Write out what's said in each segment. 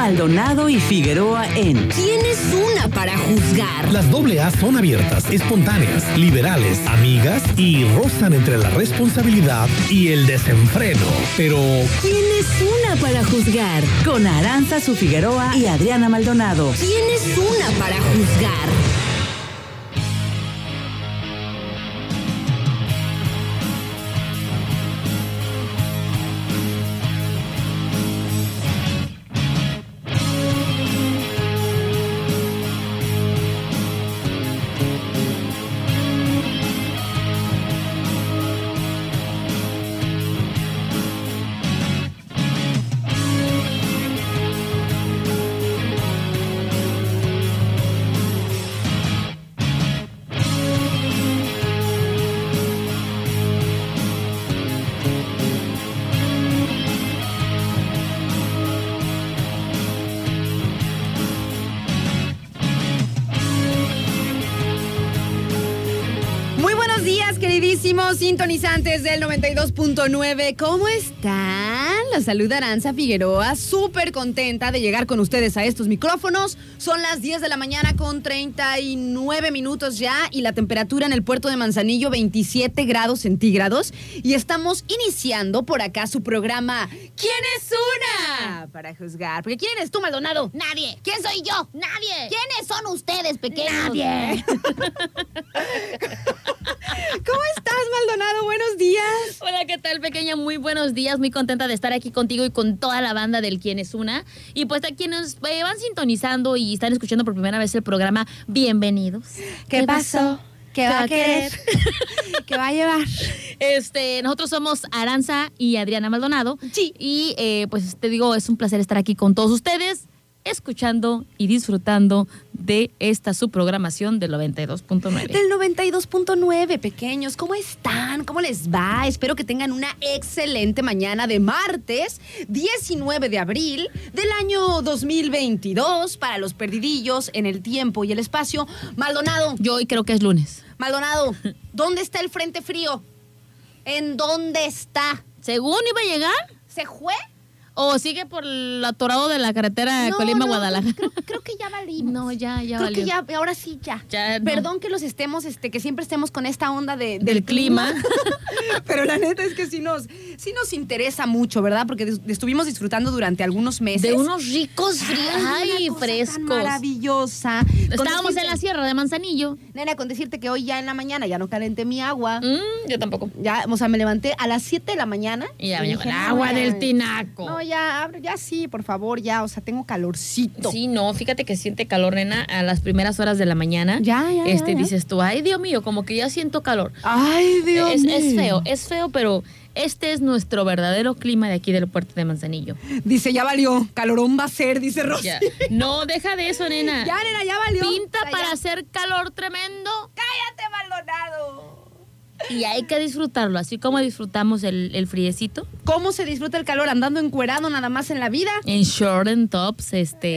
Maldonado y Figueroa en ¿Quién es una para juzgar? Las AA son abiertas, espontáneas, liberales, amigas y rozan entre la responsabilidad y el desenfreno. Pero ¿quién es una para juzgar? con Arantxa Figueroa y Adriana Maldonado. ¿Quién es una para juzgar? Queridísimos sintonizantes del 92.9, ¿cómo están? Los saluda Arantxa Figueroa, súper contenta de llegar con ustedes a estos micrófonos. Son las 10 de la mañana con 39 minutos ya y la temperatura en el puerto de Manzanillo 27 grados centígrados. Y estamos iniciando por acá su programa ¿Quién es una? Para juzgar. Porque ¿quién eres tú, Maldonado? Nadie. ¿Quién soy yo? Nadie. ¿Quiénes son ustedes, pequeños? Nadie. ¿Cómo estás, Maldonado? Buenos días. Hola, ¿qué tal, pequeña? Muy buenos días. Muy contenta de estar aquí contigo y con toda la banda del ¿Quién es una? Y pues a quienes van sintonizando y están escuchando por primera vez el programa, bienvenidos. ¿Qué pasó? ¿Qué va a querer? ¿Qué va a llevar? Nosotros somos Arantxa y Adriana Maldonado. Sí. Y pues te digo, es un placer estar aquí con todos ustedes, escuchando y disfrutando de esta subprogramación del 92.9. Del 92.9, pequeños. ¿Cómo están? ¿Cómo les va? Espero que tengan una excelente mañana de martes 19 de abril del año 2022 para los perdidillos en el tiempo y el espacio. Maldonado. Yo hoy creo que es lunes. Maldonado, ¿dónde está el frente frío? ¿En dónde está? Según iba a llegar. ¿Se fue? ¿O sigue por el atorado de la carretera Colima-Guadalajara? Creo que ya valimos. No, ya creo valió. Creo que ya, ahora sí ya. Ya no. Perdón que los estemos, que siempre estemos con esta onda del clima. Pero la neta es que sí nos interesa mucho, ¿verdad? Porque estuvimos disfrutando durante algunos meses. De unos ricos fríos. Ay, frescos. Maravillosa. Estábamos en la sierra de Manzanillo. Nena, con decirte que hoy ya en la mañana ya no calenté mi agua. Yo tampoco. Ya, o sea, me levanté a las 7 de la mañana. Y ya me llegó el agua del tinaco. No, ya sí, por favor, ya, o sea, tengo calorcito. Sí, no, fíjate que siente calor, nena, a las primeras horas de la mañana. Ya. Dices tú, ay, Dios mío, como que ya siento calor. Ay, Dios mío. Es feo, pero este es nuestro verdadero clima de aquí del puerto de Manzanillo. Dice, ya valió, calorón va a ser, dice Rosy. Ya. No, deja de eso, nena. Ya, nena, ya valió. Pinta para hacer calor tremendo. ¡Cállate, Maldonado! Y hay que disfrutarlo, así como disfrutamos el friecito. ¿Cómo se disfruta el calor? ¿Andando encuerado nada más en la vida? En short and tops,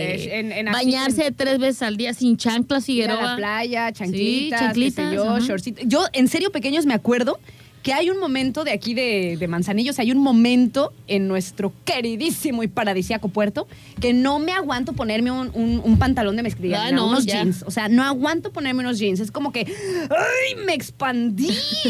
bañarse 3 veces al día sin chanclas, Figueroa. Ir a la playa, chanclitas, sí, chanclitas, shortcito. Yo, en serio, pequeños, me acuerdo que hay un momento de aquí de Manzanillo, o sea, hay un momento en nuestro queridísimo y paradisíaco puerto que no me aguanto ponerme un pantalón de mezclilla, unos jeans. O sea, no aguanto ponerme unos jeans. Es como que, ¡ay, me expandí,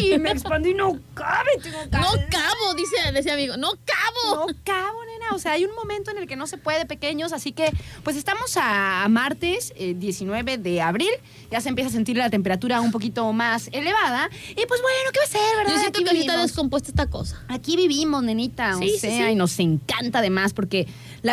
no cabe, tengo calor. No cabo, dice amigo, no cabo. No cabo, nena. O sea, hay un momento en el que no se puede, pequeños, así que, pues estamos a martes 19 de abril, ya se empieza a sentir la temperatura un poquito más elevada, y pues bueno, ¿qué va a ser, verdad? Yo siento que ahorita descompuesta esta cosa. Aquí vivimos, nenita, sí. Y nos encanta además, porque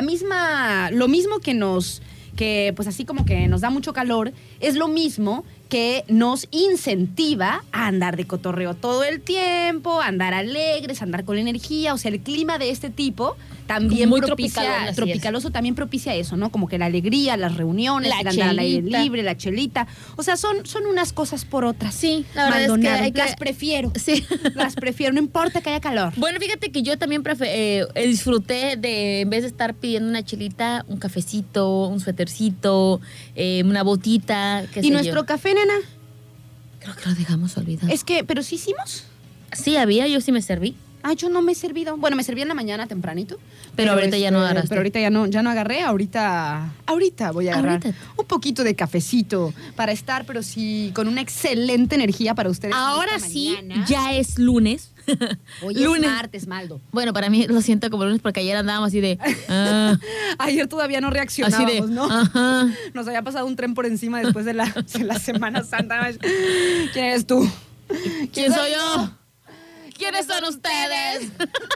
lo mismo que pues así como que nos da mucho calor, es lo mismo que nos incentiva a andar de cotorreo todo el tiempo, a andar alegres, a andar con energía. O sea, el clima de este tipo también muy tropicaloso también propicia eso, ¿no? Como que la alegría, las reuniones, el andar al aire libre, la chelita. O sea, son unas cosas por otras. Sí, la verdad Maldonado. Es que las prefiero. Sí. Las prefiero, no importa que haya calor. Bueno, fíjate que yo también disfruté de, en vez de estar pidiendo una chelita, un cafecito, un suétercito, una botita, qué sé yo. ¿Y nuestro café, nena? Creo que lo dejamos olvidado. Pero sí hicimos. Sí, yo sí me serví. yo no me he servido. Bueno, me serví en la mañana tempranito. Pero ahorita ya no agarraste. Pero ahorita ya no agarré. Ahorita voy a agarrar un poquito de cafecito para estar, pero sí, con una excelente energía para ustedes. Ahora sí, mañana. ya es lunes. Hoy lunes. es martes, Maldo. Bueno, para mí lo siento como lunes porque ayer andábamos así de... Ayer todavía no reaccionábamos, así de, ¿no? Ajá. Nos había pasado un tren por encima después de la Semana Santa. ¿Quién eres tú? ¿Quién soy yo? ¿Quiénes son ustedes?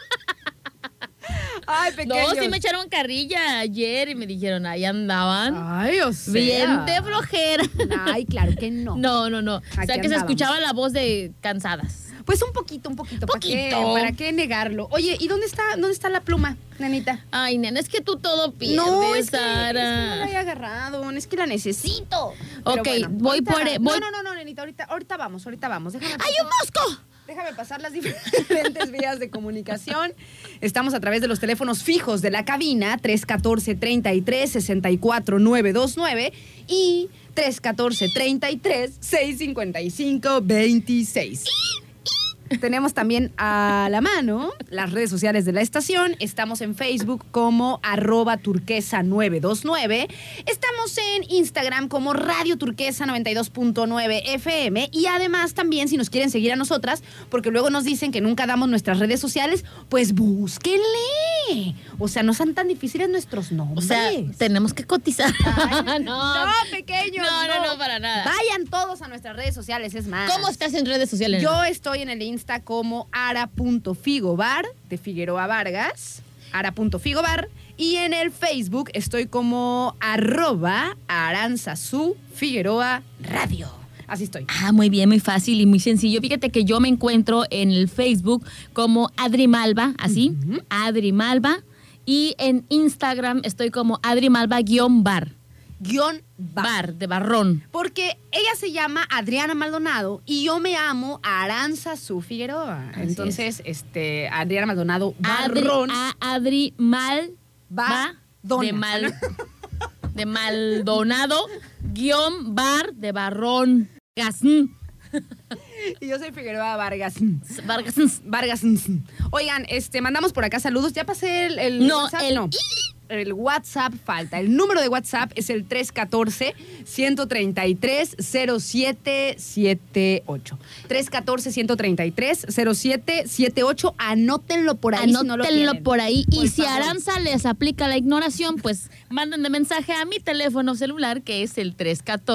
Ay, pequeños. No, sí me echaron carrilla ayer y me dijeron, ahí andaban. Ay, o sea. Bien de flojera. Ay, claro que no. No. O sea, que se andábamos. escuchaba la voz de cansadas. Pues un poquito. ¿Para qué negarlo? Oye, ¿y dónde está la pluma, nenita? Ay, nena, es que tú todo pierdes, No, es que Sara. no la he agarrado, es que la necesito. Pero Ok, bueno, voy ahorita- por... No, nenita, ahorita vamos. Déjame ¡Hay un mosco! Déjame pasar las diferentes vías de comunicación. Estamos a través de los teléfonos fijos de la cabina, 314-33-64929 y 314-33-655-26. Tenemos también a la mano las redes sociales de la estación. Estamos en Facebook como @turquesa929. Estamos en Instagram como Radio Turquesa 92.9 FM. Y además también, si nos quieren seguir a nosotras, porque luego nos dicen que nunca damos nuestras redes sociales, pues búsquenle. O sea, no sean tan difíciles nuestros nombres. O sea, tenemos que cotizar. Ay, no, pequeños. No, para nada. Vayan todos a nuestras redes sociales, es más. ¿Cómo estás en redes sociales? Yo estoy en el Insta como ara.figobar de Figueroa Vargas, ara.figobar, y en el Facebook estoy como @Aranzazú Figueroa Radio. Así estoy. Ah, muy bien, muy fácil y muy sencillo. Fíjate que yo me encuentro en el Facebook como Adri Malva, así, Adri Malva, y en Instagram estoy como Adri Malva-bar. _bar. De barrón. Porque ella se llama Adriana Maldonado y yo me amo Aranzazú Figueroa. Así Entonces, Adriana Maldonado Barrón. Adri Malva Dona. de Maldonado _bar de barrón. Gazn. Y yo soy Figueroa Vargas. Vargas. Oigan, mandamos por acá saludos. Ya pasé el No, WhatsApp. el- No. El WhatsApp falta. El número de WhatsApp es el 314-133-0778. 314-133-0778. Anótenlo por ahí si no lo Anótenlo tienen. por ahí. Por Y si favor. Aranza les aplica la ignoración, pues mándenme mensaje a mi teléfono celular, que es el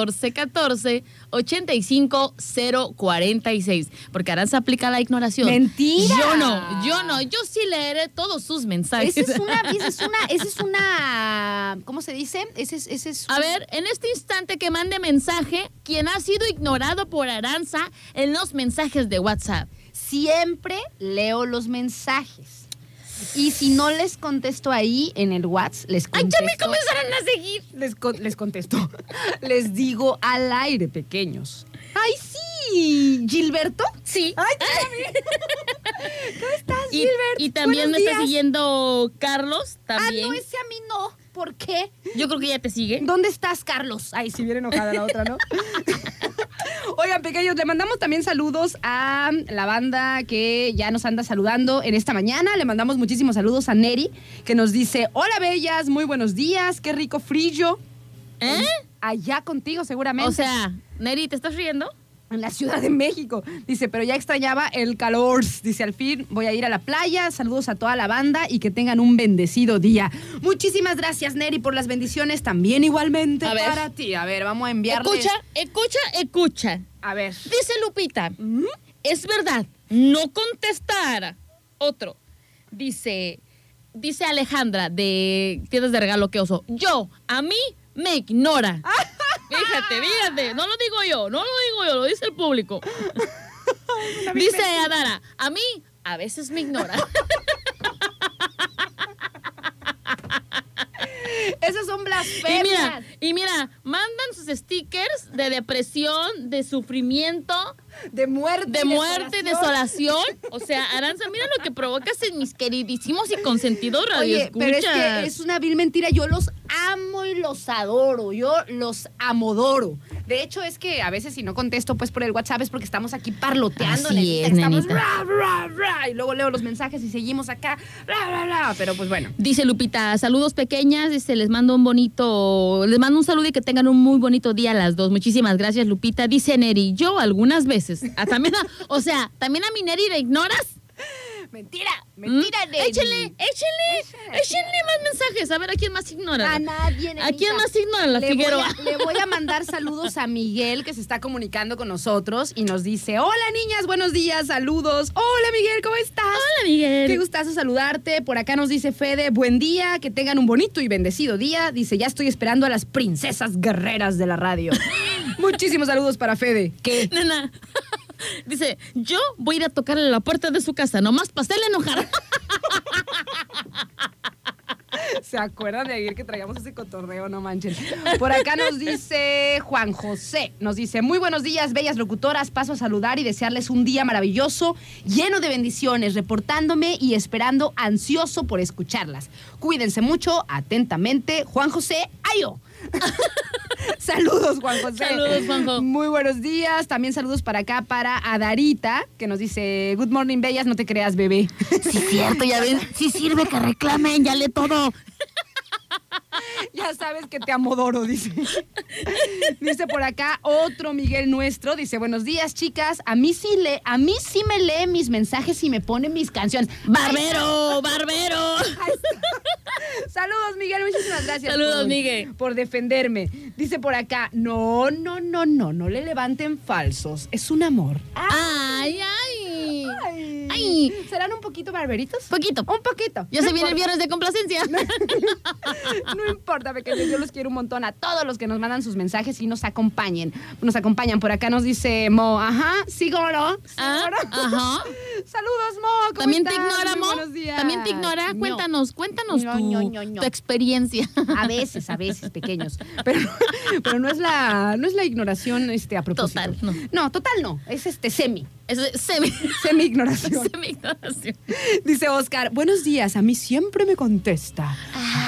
314-14-85046. Porque Aranza aplica la ignoración. ¡Mentira! Yo no. Yo sí leeré todos sus mensajes. Esa es una, ¿cómo se dice? Ese es A ver, en este instante que mande mensaje, quien ha sido ignorado por Aranza en los mensajes de WhatsApp. siempre leo los mensajes. Y si no les contesto ahí en el WhatsApp, les ¡Ay, contesto. ya me comenzaron a seguir! Les contesto. Les digo al aire, pequeños. ¡Ay, sí! ¿Gilberto? Sí. ¡Ay, ¿cómo estás, Gilbert? Y también Buenos me está días. siguiendo Carlos, también. Ah, no, ese a mí no. ¿Por qué? Yo creo que ya te sigue. ¿Dónde estás, Carlos? Ay, si viene enojada la otra, ¿no? Oigan, pequeños, le mandamos también saludos a la banda que ya nos anda saludando en esta mañana. Le mandamos muchísimos saludos a Neri, que nos dice: hola, bellas, muy buenos días, qué rico frillo. ¿Eh? Allá contigo, seguramente. O sea, Neri, ¿te estás riendo? En la Ciudad de México. Dice, pero ya extrañaba el calor. Dice, al fin voy a ir a la playa. Saludos a toda la banda y que tengan un bendecido día. Muchísimas gracias, Neri, por las bendiciones. También igualmente A ver. para ti. A ver, vamos a enviarles. Escucha. A ver. Dice Lupita, es verdad, no contestar. Otro. Dice Alejandra de Tiendas de Regalo Que Oso. A mí me ignora. Fíjate, no lo digo yo, lo dice el público. Dice Adara, a mí a veces me ignora. Esas son blasfemias. Y mira, mandan sus stickers de depresión, de sufrimiento, De muerte. y desolación. O sea, Aranza, mira lo que provocas en mis queridísimos y consentidos Oye, radioescuchas. pero es que es una vil mentira. Yo los amo y los adoro. Yo los amodoro. De hecho, es que a veces si no contesto pues por el WhatsApp es porque estamos aquí parloteando. Así es, estamos nenita. y luego leo los mensajes y seguimos acá. Pero pues bueno. Dice Lupita, saludos pequeñas, dice, les mando un saludo y que tengan un muy bonito día a las dos. Muchísimas gracias, Lupita. Dice Neri, yo algunas veces, también a mi Neri la ignoras. Mentira, Neri. Échenle más mensajes. A ver, ¿a quién más ignora? A nadie, Nerita. ¿A quién más ignora la Figueroa? Le voy a mandar saludos a Miguel, que se está comunicando con nosotros y nos dice, hola niñas, buenos días, saludos. Hola Miguel, ¿cómo estás? Hola Miguel. Qué gustazo saludarte. Por acá nos dice Fede, buen día, que tengan un bonito y bendecido día. Dice, ya estoy esperando a las princesas guerreras de la radio. Muchísimos saludos para Fede. ¿Qué? Nena. Dice, yo voy a ir a tocarle la puerta de su casa, nomás para hacerle enojar. ¿Se acuerdan de ayer que traíamos ese cotorreo? No manchen. Por acá nos dice Juan José. Nos dice, muy buenos días, bellas locutoras. Paso a saludar y desearles un día maravilloso, lleno de bendiciones, reportándome y esperando ansioso por escucharlas. Cuídense mucho. Atentamente, Juan José Ayo. Saludos, Juan José. Saludos, Juanjo. Muy buenos días. También saludos para acá para Adarita, que nos dice, good morning, bellas, no te creas, bebé. Sí, cierto, ya ven. Sí sirve que reclamen, ya le todo. Ya sabes que te amodoro, dice. Dice por acá otro Miguel nuestro, dice, buenos días, chicas. A mí sí me lee mis mensajes y me pone mis canciones. ¡Barbero! Saludos, Miguel, muchísimas gracias. Saludos, Miguel. Por defenderme. Dice por acá, no le levanten falsos. Es un amor. Ay. ¿Serán un poquito barberitos? Poquito. Un poquito. Ya se viene el viernes de complacencia. No importa, pequeños, yo los quiero un montón a todos los que nos mandan sus mensajes y nos acompañan. Por acá nos dice Mo, Sigoro. Ajá. Saludos, Mo, ¿cómo ¿También estás? te ignora, Muy Mo? buenos días. ¿También te ignora? No. Cuéntanos tu experiencia. A veces, pequeños. Pero no es la ignoración a propósito. Total, no. No, total no. Es semi. Es Semi-ignoración. Semi-ignoración. Dice Oscar, buenos días, a mí siempre me contesta.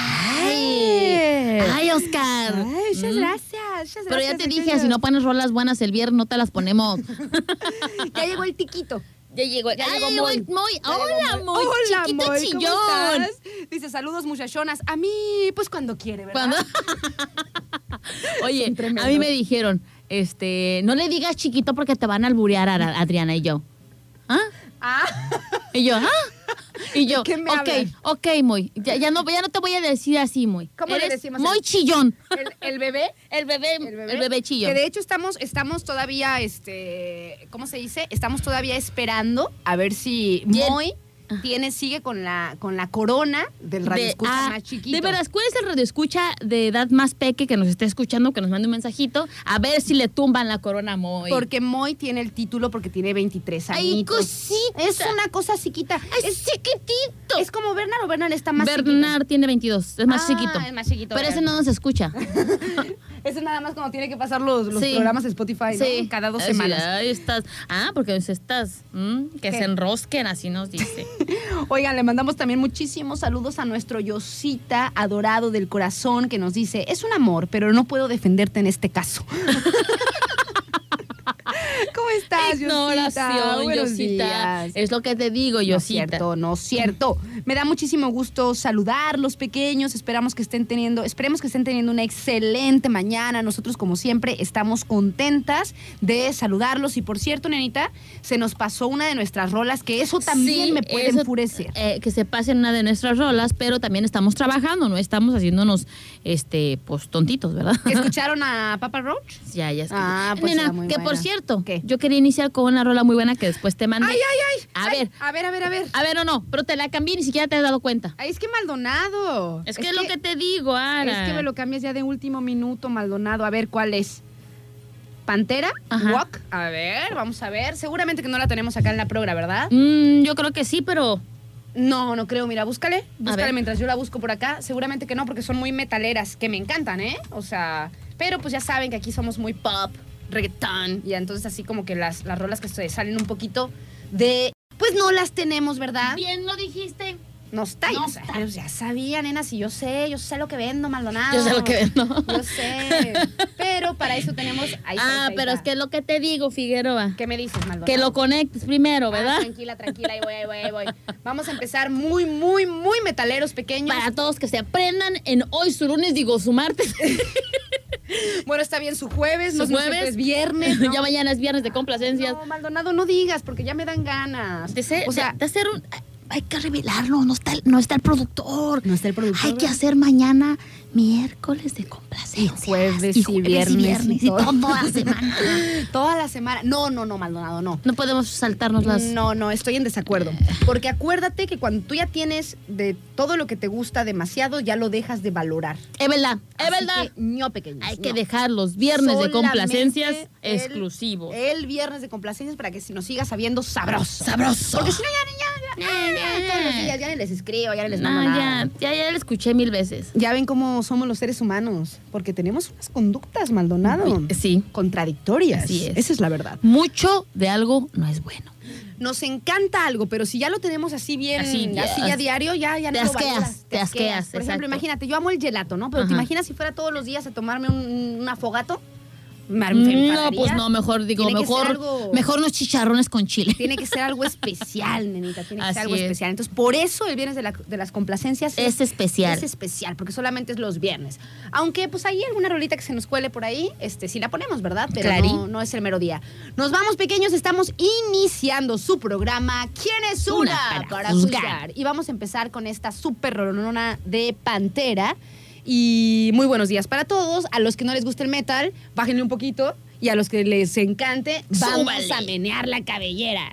Ay, Oscar. Ay, muchas gracias. Pero ya te dije, si no pones rolas buenas el viernes, no te las ponemos. Ya llegó el tiquito. Ya llegó Moy. Hola, Moy. Hola, Chiquito Moy, chillón. ¿cómo estás? Dice, saludos, muchachonas. A mí, pues cuando quiere, ¿verdad? Oye, a mí me dijeron, no le digas chiquito porque te van a alburear a Adriana y yo. Y yo, ¿Qué me hablas? ok, Moy. Ya no te voy a decir así, Moy. ¿Cómo le decimos? Moy chillón. ¿El bebé? El bebé chillón. Que de hecho estamos todavía, ¿cómo se dice? Estamos todavía esperando a ver si Moy sigue con la corona del radioescucha más chiquito. De veras, ¿cuál es el radioescucha de edad más peque que nos esté escuchando, que nos mande un mensajito? A ver si le tumban la corona a Moy. Porque Moy tiene el título porque tiene 23 años. ¡Ay, cosita! Es una cosa chiquita. ¡Ay, chiquitito! Es como Bernard, o Bernard está más chiquito. Bernard tiene 22, es más chiquito. Es más chiquito. Pero ese no nos escucha. Ese nada más cuando tiene que pasar los programas de Spotify, ¿no? Sí. Cada 2 semanas. Ahí estás. porque estás. Que se enrosquen, así nos dice. Oigan, le mandamos también muchísimos saludos a nuestro Yosita adorado del corazón, que nos dice, es un amor, pero no puedo defenderte en este caso. ¿Cómo estás, Ignoración, Buenos Yosita. días. Es lo que te digo, Yosita. No es cierto. Me da muchísimo gusto saludar los pequeños. Esperemos que estén teniendo una excelente mañana. Nosotros, como siempre, estamos contentas de saludarlos. Y por cierto, nenita, se nos pasó una de nuestras rolas, que eso también me puede enfurecer. Que se pasen una de nuestras rolas, pero también estamos trabajando, no estamos haciéndonos pues tontitos, ¿verdad? ¿Escucharon a Papa Roach? Ya es que... Pues nena, muy que buena. Por cierto, ¿qué? Yo quería iniciar con una rola muy buena que después te mandé. ¡Ay! A ver. A ver. A ver, no, pero te la cambié y ni siquiera te has dado cuenta. Ay, es que Maldonado. Es lo que te digo, Ara. Es que me lo cambias ya de último minuto, Maldonado. A ver, ¿cuál es? ¿Pantera? Ajá. ¿Walk? A ver, vamos a ver. Seguramente que no la tenemos acá en la progra, ¿verdad? Yo creo que sí, pero... No creo. Mira, búscale ver. mientras yo la busco por acá. Seguramente que no, porque son muy metaleras, que me encantan, ¿eh? O sea, pero pues ya saben que aquí somos muy pop, reggaetón, y entonces así como que las rolas que salen un poquito de... Pues no las tenemos, ¿verdad? Bien lo dijiste. No está. No O sea, está. ya sabía, nena, si yo sé lo que vendo, Maldonado. Yo sé lo que vendo. Yo sé. Pero para eso tenemos... Ahí está, ahí pero está. es que es lo que te digo, Figueroa. ¿Qué me dices, Maldonado? Que lo conectes primero, ¿verdad? Tranquila, ahí voy. Vamos a empezar muy metaleros pequeños. Para todos que se aprendan en hoy su lunes, digo su martes. Bueno, está bien su jueves, no Su siempre jueves. es viernes. ¿no? Ya mañana es viernes de complacencias. No, Maldonado, no digas, porque ya me dan ganas. De hacer un... Hay que revelarlo, no está el productor. No está el productor, Hay que ¿verdad? hacer mañana miércoles de complacencias. Jueves y viernes y toda la semana. Toda la semana. No, Maldonado, no. No podemos saltarnos las... No, estoy en desacuerdo. Porque acuérdate que cuando tú ya tienes de todo lo que te gusta demasiado, ya lo dejas de valorar. Es verdad, es Así verdad. que, ño pequeños. Hay que no. dejar los viernes de Solamente complacencias el- exclusivos. El viernes de complacencias para que si nos siga sabiendo sabroso. Sabroso. Porque si no, ya, todos los días ya ni les escribo, ya ni les mando No, nada. ya lo escuché 1000 veces. Ya ven cómo somos los seres humanos, porque tenemos unas conductas, Maldonado. Sí. Contradictorias. Así es. Esa es la verdad. Mucho de algo no es bueno. Nos encanta algo, pero si ya lo tenemos así bien, Así, así ya- ya diario, ya te no lo asqueas, valoras. te asqueas, Por ejemplo, exacto. imagínate, yo amo el gelato, ¿no? Pero te Ajá. imaginas si fuera todos los días a tomarme un afogato. Me No, enfadaría. pues no, mejor digo, Tiene que ser mejor, algo- mejor unos chicharrones con chile. Tiene que ser algo especial, nenita. Tiene que Así ser algo es. especial. Entonces, por eso el viernes de las complacencias Es especial. Es especial, porque solamente es los viernes. Aunque, pues, hay alguna rolita que se nos cuele por ahí, sí la ponemos, ¿verdad? Pero Clarí. no es el mero día. Nos vamos, pequeños. Estamos iniciando su programa ¿Quién es una? Para juzgar. Y vamos a empezar con esta súper rolonona de Pantera. Y muy buenos días para todos. A los que no les gusta el metal, bájenle un poquito. Y a los que les encante, vamos Súbale. a menear la cabellera.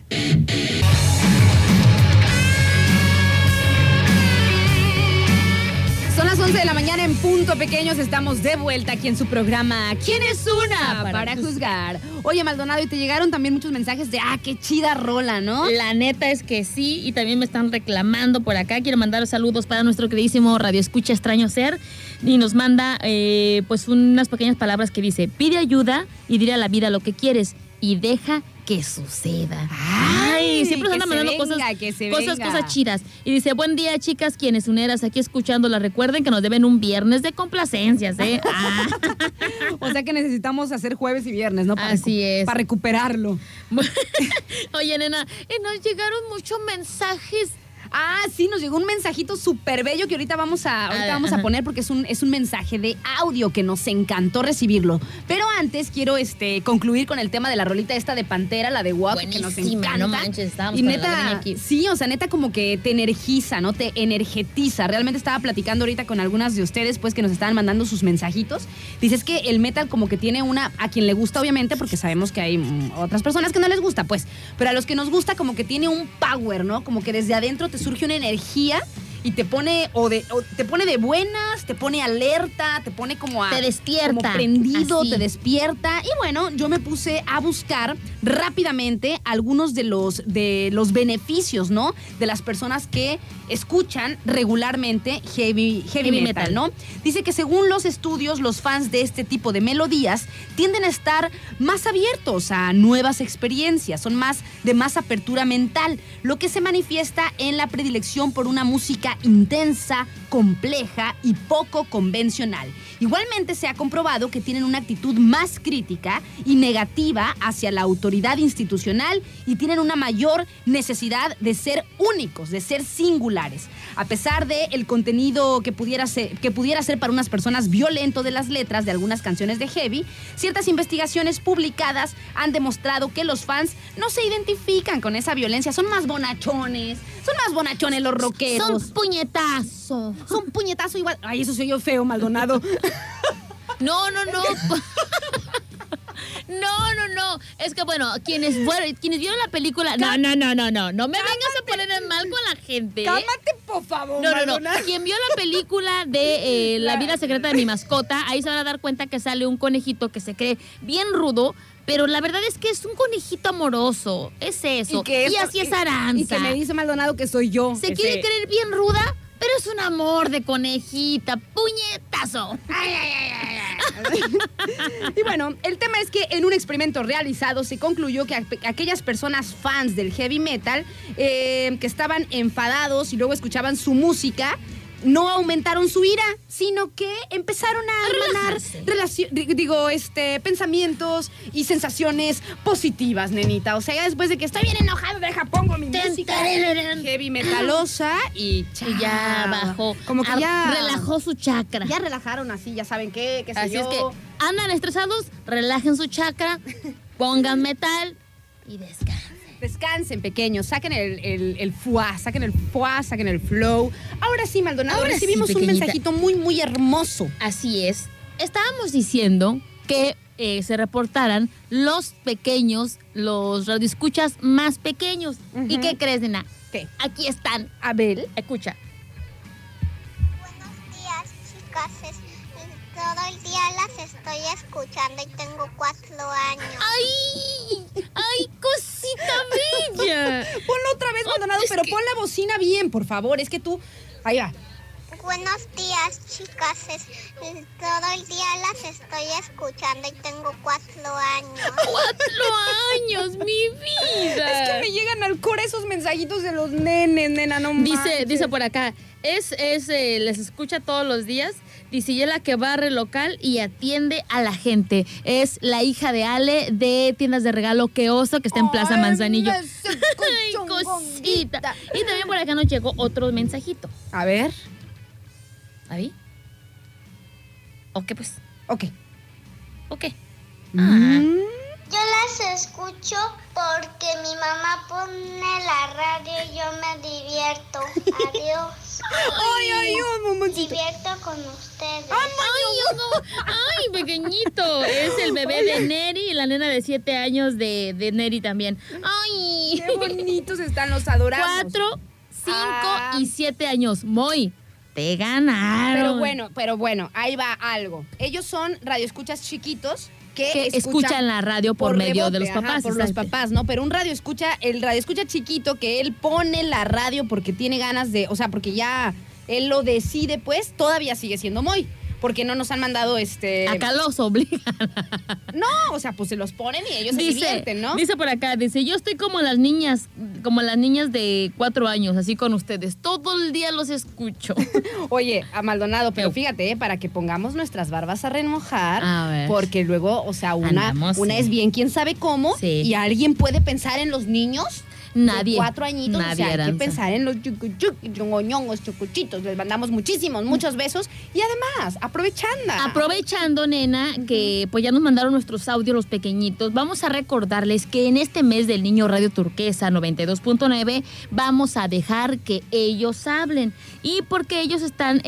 Son las 11 de la mañana en punto, pequeños. Estamos de vuelta aquí en su programa ¿Quién es una? Para juzgar. Oye, Maldonado, y te llegaron también muchos mensajes de qué chida rola, ¿no? La neta es que sí, y también me están reclamando por acá. Quiero mandar saludos para nuestro queridísimo Radio Escucha Extraño Ser. Y nos manda pues unas pequeñas palabras que dice: pide ayuda y dile a la vida lo que quieres y deja que suceda. Ay, siempre nos que andan se mandando venga, cosas, que se venga. cosas chidas. Y dice: buen día, chicas, quienes uneras aquí escuchándola. Recuerden que nos deben un viernes de complacencias, ¿eh? O sea que necesitamos hacer jueves y viernes, ¿no? Así es. Para recuperarlo. Oye, nena, nos llegaron muchos mensajes. Sí, nos llegó un mensajito súper bello que ahorita vamos a ajá. poner porque es un mensaje de audio que nos encantó recibirlo. Pero antes quiero concluir con el tema de la rolita esta de Pantera, la de Walk, que nos Buenísima, encanta. no manches, estábamos y con la neta, lagrimilla aquí. sí, o sea, neta como que te energiza, ¿no? Te energetiza. Realmente estaba platicando ahorita con algunas de ustedes, pues, que nos estaban mandando sus mensajitos. Dices que el metal como que tiene a quien le gusta, obviamente, porque sabemos que hay otras personas que no les gusta, pues. Pero a los que nos gusta como que tiene un power, ¿no? Como que desde adentro te surge una energía y te pone te pone de buenas, te pone alerta, te pone como Te despierta, como prendido, así. te despierta. Y bueno, yo me puse a buscar rápidamente algunos de los beneficios, ¿no? De las personas que escuchan regularmente heavy metal, ¿no? Dice que según los estudios, los fans de este tipo de melodías tienden a estar más abiertos a nuevas experiencias, son de más apertura mental, lo que se manifiesta en la predilección por una música intensa, compleja y poco convencional. Igualmente se ha comprobado que tienen una actitud más crítica y negativa hacia la autoridad institucional y tienen una mayor necesidad de ser únicos, de ser singulares. A pesar del contenido que pudiera ser para unas personas violento de las letras de algunas canciones de heavy, ciertas investigaciones publicadas han demostrado que los fans no se identifican con esa violencia, son más bonachones los rockeros. Son puñetazos. Son puñetazo igual. Ay, eso soy yo feo, Maldonado. No. No. Es que bueno, quienes vieron la película. No me vengas a poner en mal con la gente. Cálmate, por favor, No. Maldonado. Quien vio la película de La vida secreta de mi mascota, ahí se van a dar cuenta que sale un conejito que se cree bien rudo, pero la verdad es que es un conejito amoroso. Es eso. Y así es Aranza. Y que me dice Maldonado que soy yo. Se quiere creer bien ruda, pero es un amor de conejita. ¡Puñetazo! Ay. Y bueno, el tema es que en un experimento realizado se concluyó que aquellas personas fans del heavy metal que estaban enfadados y luego escuchaban su música, no aumentaron su ira, sino que empezaron a emanar pensamientos y sensaciones positivas, nenita. O sea, ya después de que estoy bien enojado, pongo mi música heavy metalosa y ya bajó. Como que ya relajó su chakra. Ya relajaron así, ya saben qué sé así yo. es que andan estresados, relajen su chakra, pongan metal y descansen. Descansen, pequeños, saquen el fuá, saquen el flow. Ahora sí, Maldonado, Ahora recibimos sí, un pequeñita. mensajito muy, muy hermoso. Así es. Estábamos diciendo que se reportaran los pequeños, los radioescuchas más pequeños. Ujú. ¿Y qué crees, nena? ¿Qué? Aquí están. Abel. Escucha. Buenos días, chicas. Todo el día las estoy escuchando y tengo 4 años. ¡Ay, cosita bella! Ponlo otra vez, Maldonado, es pero que- pon la bocina bien, por favor. Es que tú... Ahí va. Buenos días, chicas. Todo el día las estoy escuchando y tengo 4 años. 4 años, mi vida. Es que me llegan al core esos mensajitos de los nenes, nena, no manches. Dice por acá, les escucha todos los días. Dice, y es la que barre local y atiende a la gente. Es la hija de Ale de Tiendas de Regalo Que Oso, que está en Plaza Ay, Manzanillo. me Ay, escucho, cosita. bonita. Y también por acá nos llegó otro mensajito. A ver. ¿Ahí? Ok, pues. Ok. Ok. Mm. Yo las escucho porque mi mamá pone la radio y yo me divierto. Adiós. Ay, mamacita. Divierto con ustedes. Ay, pequeñito. Es el bebé de Neri y la nena de 7 años de Neri también. Ay. Qué bonitos están, los adoramos. 4, 5 Ah. y 7 años. Moy, te ganaron. Pero bueno, ahí va algo. Ellos son radioescuchas chiquitos que escuchan la radio por medio de los rebote, papás. por los exacto. papás, ¿no? Pero el radioescucha chiquito que él pone la radio porque tiene ganas de, o sea, porque ya él lo decide, pues, todavía sigue siendo Moy. Porque no nos han mandado Acá los obligan. No, o sea, pues se los ponen y ellos se divierten, ¿no? Dice por acá, yo estoy como las niñas de 4 años, así con ustedes. Todo el día los escucho. Oye, a Maldonado, pero Pero- fíjate, para que pongamos nuestras barbas a remojar, A ver. porque luego, o sea, una Andamos, sí. es bien quién sabe cómo, Sí. y alguien puede pensar en los niños Nadie. de 4 añitos, Nadie, o sea, hay que Aranza. pensar en los ñongoñongos, chucuchitos, les mandamos muchos besos, y además, Aprovechando, nena, que pues ya nos mandaron nuestros audios los pequeñitos, vamos a recordarles que en este mes del Niño Radio Turquesa 92.9 vamos a dejar que ellos hablen. Y porque ellos están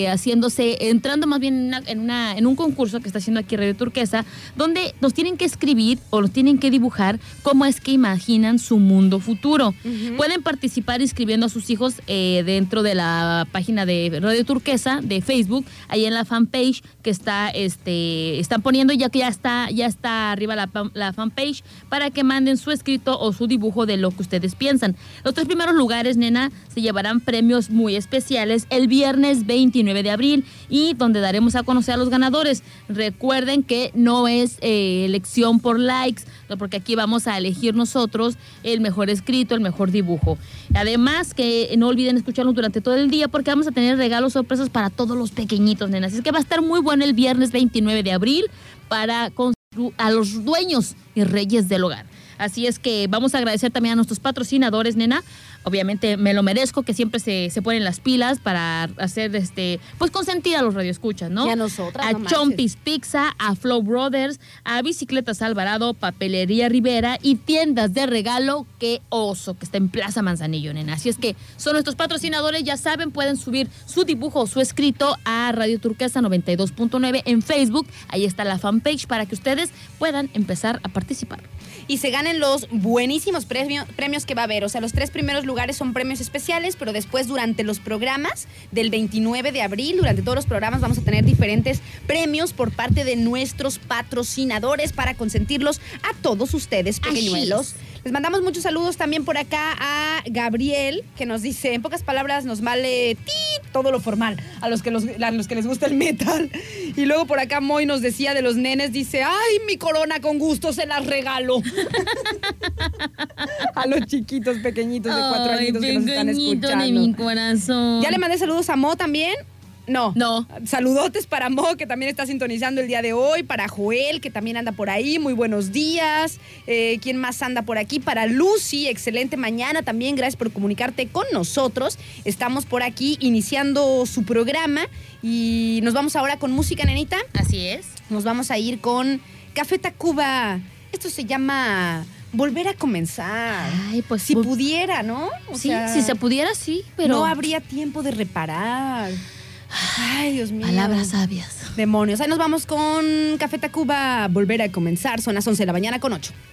entrando más bien en un concurso que está haciendo aquí Radio Turquesa, donde nos tienen que escribir o nos tienen que dibujar cómo es que imaginan su mundo futuro. Pueden participar inscribiendo a sus hijos dentro de la página de Radio Turquesa de Facebook, ahí en la fanpage que están poniendo, ya que ya está arriba la fanpage, para que manden su escrito o su dibujo de lo que ustedes piensan. Los 3 primeros lugares, nena, se llevarán premios muy especiales el viernes 29 de abril y donde daremos a conocer a los ganadores. Recuerden que no es elección por likes, no, porque aquí vamos a elegir nosotros el mejor escrito, el mejor dibujo. Además, que no olviden escucharnos durante todo el día porque vamos a tener regalos sorpresas para todos los pequeñitos, nenas. Así es que va a estar muy bueno el viernes 29 de abril para a los dueños y reyes del hogar. Así es que vamos a agradecer también a nuestros patrocinadores, nena. Obviamente me lo merezco, que siempre se ponen las pilas para hacer, pues consentir a los radioescuchas, ¿no? Y a nosotras, A no manches. Chompis Pizza, a Flow Brothers, a Bicicletas Alvarado, Papelería Rivera y Tiendas de Regalo Que Oso, que está en Plaza Manzanillo, nena. Así es que son nuestros patrocinadores, ya saben, pueden subir su dibujo o su escrito a Radio Turquesa 92.9 en Facebook. Ahí está la fanpage para que ustedes puedan empezar a participar. Y se ganen los buenísimos premios que va a haber. O sea, los 3 primeros lugares son premios especiales, pero después durante los programas del 29 de abril, durante todos los programas vamos a tener diferentes premios por parte de nuestros patrocinadores para consentirlos a todos ustedes, pequeñuelos. Les mandamos muchos saludos también por acá a Gabriel, que nos dice, en pocas palabras, nos vale todo lo formal a los que les gusta el metal. Y luego por acá Moy nos decía de los nenes, dice, ay, mi corona con gusto se las regalo. A los chiquitos pequeñitos de 4 añitos que nos están escuchando. De mi corazón. Ya le mandé saludos a Mo también. No. Saludotes para Mo, que también está sintonizando el día de hoy. Para Joel, que también anda por ahí. Muy buenos días. ¿Quién más anda por aquí? Para Lucy, excelente mañana también. Gracias por comunicarte con nosotros. Estamos por aquí iniciando su programa. Y nos vamos ahora con música, nenita. Así es. Nos vamos a ir con Café Tacuba. Esto se llama Volver a Comenzar. Ay, pues si pudiera, ¿no? Sí, si se pudiera, sí, pero no habría tiempo de reparar. Ay, Dios mío. Palabras sabias. Demonios. Ahí nos vamos con Café Tacuba, Volver a Comenzar. Son las 11 de la mañana con 8.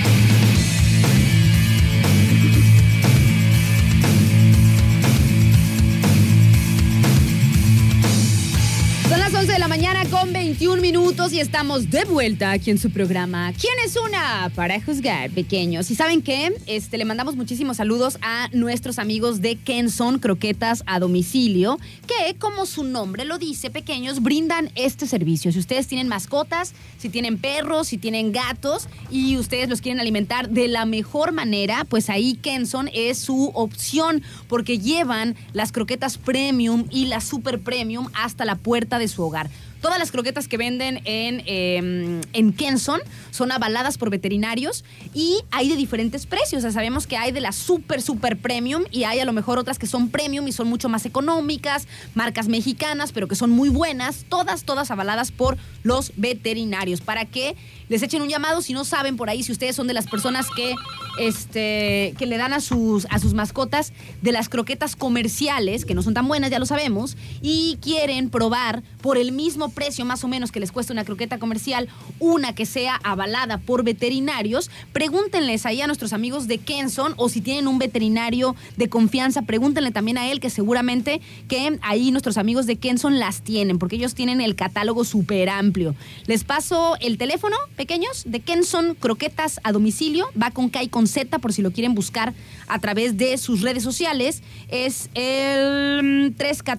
Son las 11 de la mañana con 21 minutos y estamos de vuelta aquí en su programa. ¿Quién es una para juzgar, pequeños? Y ¿saben qué? Le mandamos muchísimos saludos a nuestros amigos de Kenson Croquetas a Domicilio, que, como su nombre lo dice, pequeños, brindan este servicio. Si ustedes tienen mascotas, si tienen perros, si tienen gatos y ustedes los quieren alimentar de la mejor manera, pues ahí Kenson es su opción, porque llevan las croquetas premium y las super premium hasta la puerta de su hogar. Todas las croquetas que venden en Kenson son avaladas por veterinarios y hay de diferentes precios. O sea, sabemos que hay de las super premium y hay a lo mejor otras que son premium y son mucho más económicas, marcas mexicanas, pero que son muy buenas. Todas avaladas por los veterinarios. Para que les echen un llamado si no saben por ahí, si ustedes son de las personas que le dan a sus mascotas de las croquetas comerciales, que no son tan buenas, ya lo sabemos, y quieren probar por el mismo precio más o menos que les cuesta una croqueta comercial, una que sea avalada por veterinarios, pregúntenles ahí a nuestros amigos de Kenson, o si tienen un veterinario de confianza, pregúntenle también a él, que seguramente que ahí nuestros amigos de Kenson las tienen, porque ellos tienen el catálogo súper amplio. Les paso el teléfono, pequeños, de Kenson Croquetas a Domicilio, va con K y con Z por si lo quieren buscar a través de sus redes sociales. Es el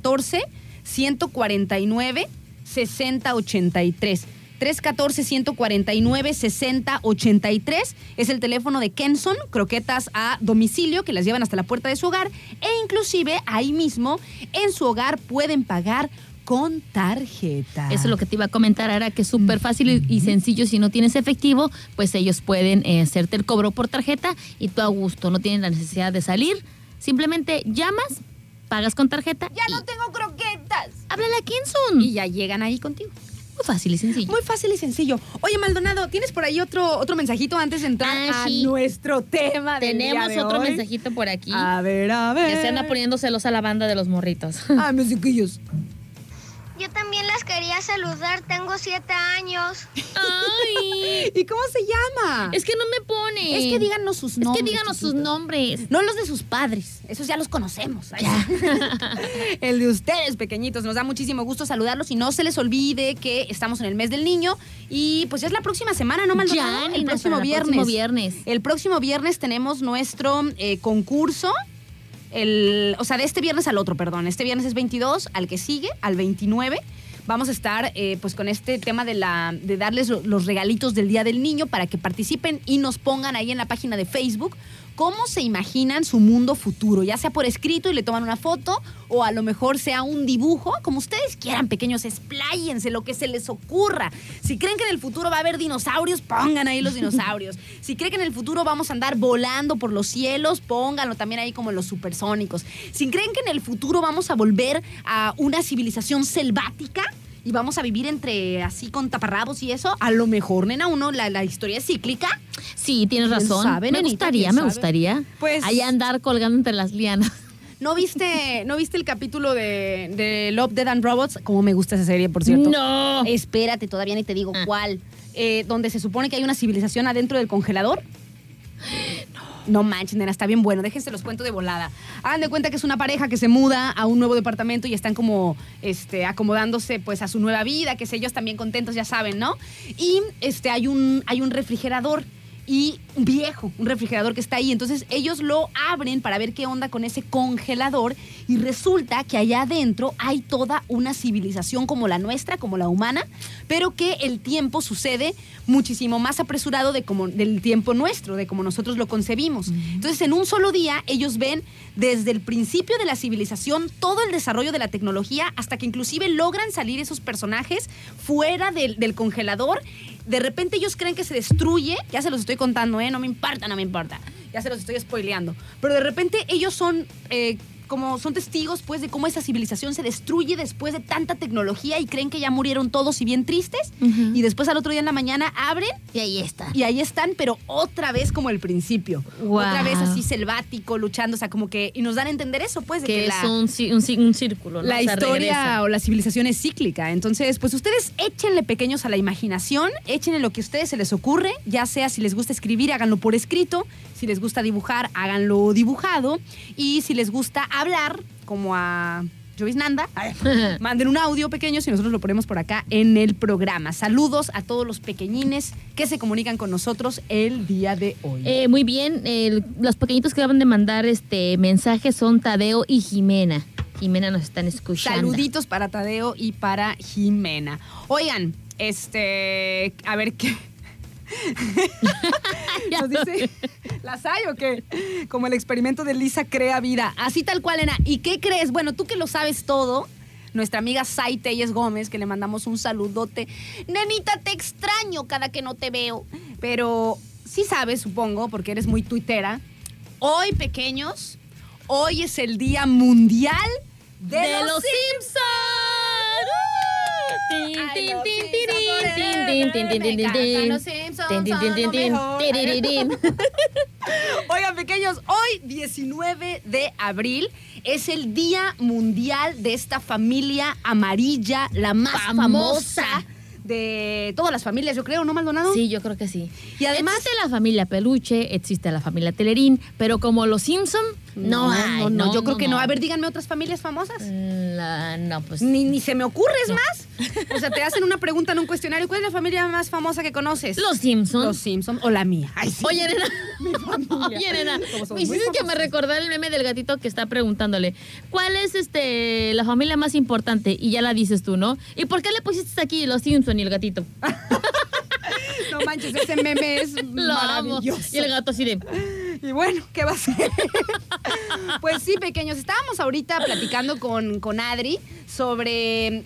314-149-6083. 314-149-6083 es el teléfono de Kenson Croquetas a Domicilio, que las llevan hasta la puerta de su hogar, e inclusive ahí mismo en su hogar pueden pagar con tarjeta. Eso es lo que te iba a comentar, Ara, que es súper fácil y sencillo. Si no tienes efectivo, pues ellos pueden hacerte el cobro por tarjeta y tú a gusto. No tienes la necesidad de salir. Simplemente llamas, pagas con tarjeta. ¡Ya no tengo croquetas! Háblale a Kenson. Y ya llegan ahí contigo. Muy fácil y sencillo. Muy fácil y sencillo. Oye, Maldonado, ¿tienes por ahí otro mensajito antes de entrar a nuestro tema del Tenemos día de otro hoy? Mensajito por aquí. A ver. Que se anda poniendo celosa la banda de los morritos. Ah, mis chiquillos. Yo también las quería saludar, tengo 7 años. Ay. ¿Y cómo se llama? Es que no me pone. Es que díganos sus nombres. Es que díganos sus nombres. No los de sus padres, esos ya los conocemos. El de ustedes, pequeñitos, nos da muchísimo gusto saludarlos y no se les olvide que estamos en el mes del niño y pues ya es la próxima semana, ¿no, Maldonado? Ya, el próximo viernes. El próximo viernes tenemos nuestro concurso. De este viernes al otro, perdón. Este viernes es 22, al que sigue, al 29. Vamos a estar pues con este tema de darles los regalitos del Día del Niño para que participen y nos pongan ahí en la página de Facebook cómo se imaginan su mundo futuro, ya sea por escrito y le toman una foto o a lo mejor sea un dibujo, como ustedes quieran, pequeños, expláyense lo que se les ocurra. Si creen que en el futuro va a haber dinosaurios, pongan ahí los dinosaurios. Si creen que en el futuro vamos a andar volando por los cielos, pónganlo también ahí como los supersónicos. Si creen que en el futuro vamos a volver a una civilización selvática y vamos a vivir así con taparrabos y eso, a lo mejor, nena, la historia es cíclica. Sí, tienes razón. Sabe, me gustaría. Pues ahí andar colgando entre las lianas. ¿No viste el capítulo de Love, Death and Robots? Como me gusta esa serie, por cierto. No. Espérate, todavía ni te digo cuál. Donde se supone que hay una civilización adentro del congelador. No manches, nena, está bien bueno. Déjense los cuento de volada. Hagan de cuenta que es una pareja que se muda a un nuevo departamento y están como acomodándose pues a su nueva vida, que sé, ellos también contentos, ya saben, ¿no? Y hay un refrigerador y un refrigerador que está ahí. Entonces ellos lo abren para ver qué onda con ese congelador y resulta que allá adentro hay toda una civilización como la nuestra, como la humana, pero que el tiempo sucede muchísimo más apresurado del tiempo nuestro, de como nosotros lo concebimos. Entonces en un solo día ellos ven desde el principio de la civilización todo el desarrollo de la tecnología hasta que inclusive logran salir esos personajes fuera del congelador. De repente ellos creen que se destruye, ya se los estoy contando, no me importa, ya se los estoy spoileando, pero de repente ellos son testigos pues de cómo esa civilización se destruye después de tanta tecnología y creen que ya murieron todos y bien tristes, y después al otro día en la mañana abren Y ahí está. y ahí están, pero otra vez como el principio, Wow. otra vez así selvático, luchando, o sea, como que, y nos dan a entender eso pues, de Que es un círculo, ¿no? la O sea, historia regresa. o la civilización es cíclica. Entonces, pues ustedes échenle pequeños a la imaginación, échenle lo que a ustedes se les ocurre, ya sea si les gusta escribir, háganlo por escrito, si les gusta dibujar, háganlo dibujado, y si les gusta hablar, como a Jovis Nanda, manden un audio pequeño y nosotros lo ponemos por acá en el programa. Saludos a todos los pequeñines que se comunican con nosotros el día de hoy. Muy bien, los pequeñitos que acaban de mandar mensajes son Tadeo y Jimena. Jimena nos están escuchando. Saluditos para Tadeo y para Jimena. Oigan, a ver qué. Nos dice, ¿las hay o qué? Como el experimento de Lisa crea vida. Así tal cual, Ena. ¿Y qué crees? Bueno, tú que lo sabes todo, nuestra amiga Sai Telles Gómez, que le mandamos un saludote. Nenita, te extraño cada que no te veo. Pero sí sabes, supongo, porque eres muy tuitera. Hoy, pequeños, hoy es el Día Mundial de los Simpsons. Oigan, pequeños, hoy 19 de abril es el Día Mundial de esta familia amarilla, la más famosa de todas las familias, yo creo, ¿no, Maldonado? Sí, yo creo que sí. Y además existe la familia Peluche, existe la familia Telerín, pero como los Simpson, no hay. No, yo creo que no. A ver, díganme otras familias famosas. No, pues... Ni se me ocurre, es más. O sea, te hacen una pregunta en un cuestionario. ¿Cuál es la familia más famosa que conoces? Los Simpson. Los Simpson o la mía. Ay, sí. Oye, nena. Mi familia. Oye, nena. Como somos Me muy hiciste que me famosos. recordara el meme del gatito que está preguntándole, ¿cuál es la familia más importante? Y ya la dices tú, ¿no? ¿Y por qué le pusiste aquí los Simpson y el gatito? No manches, ese meme es Lo amo. maravilloso. Y el gato así de... Y bueno, ¿qué va a ser? Pues sí, pequeños, estábamos ahorita platicando con Adri sobre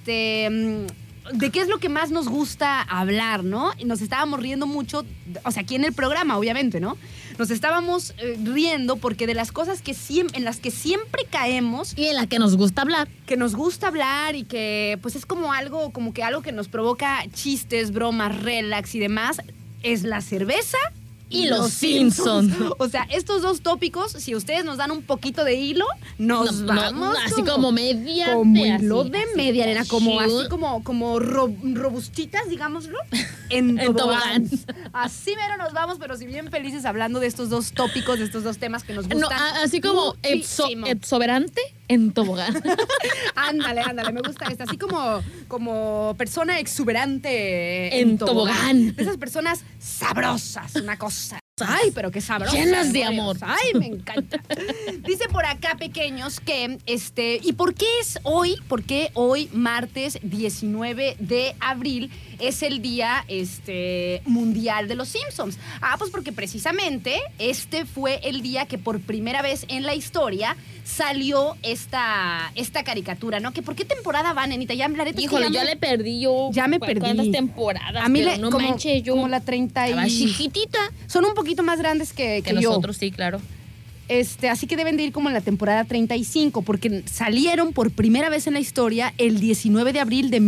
de qué es lo que más nos gusta hablar, ¿no? Y nos estábamos riendo mucho, o sea, aquí en el programa, obviamente, ¿no? Nos estábamos riendo porque de las cosas en las que siempre caemos, Y en la que nos gusta hablar. que nos gusta hablar y que pues es como algo que nos provoca chistes, bromas, relax y demás, es la cerveza Y los Simpson. O sea, estos dos tópicos, si ustedes nos dan un poquito de hilo, nos vamos. así como media. Como así, hilo de así, media arena, como así. así como robustitas, digámoslo, en En tobogán. tobogán. Así mero nos vamos, pero si bien felices hablando de estos dos tópicos, de estos dos temas que nos gustan. No, así como muchísimo. exuberante en tobogán. Ándale, me gusta esta. Así como persona exuberante En tobogán. De esas personas sabrosas, una cosa. Ay, pero qué sabrosas. Llenas de ¿no? amor. Ay, me encanta. Dice por acá, pequeños, que ¿y por qué es hoy? ¿Por qué hoy, martes 19 de abril, es el día mundial de los Simpsons? Pues porque precisamente este fue el día que por primera vez en la historia salió esta caricatura, ¿no? ¿Que por qué temporada van, Nenita? Ya hablaré. Híjole, ya le perdí yo. Ya me perdí. ¿Cuántas temporadas? A mí pero no como, manches, yo como la 30 estaba y... chiquitita. Son un poquito más grandes que yo. nosotros, sí, claro. Así que deben de ir como en la temporada 35, porque salieron por primera vez en la historia el 19 de abril de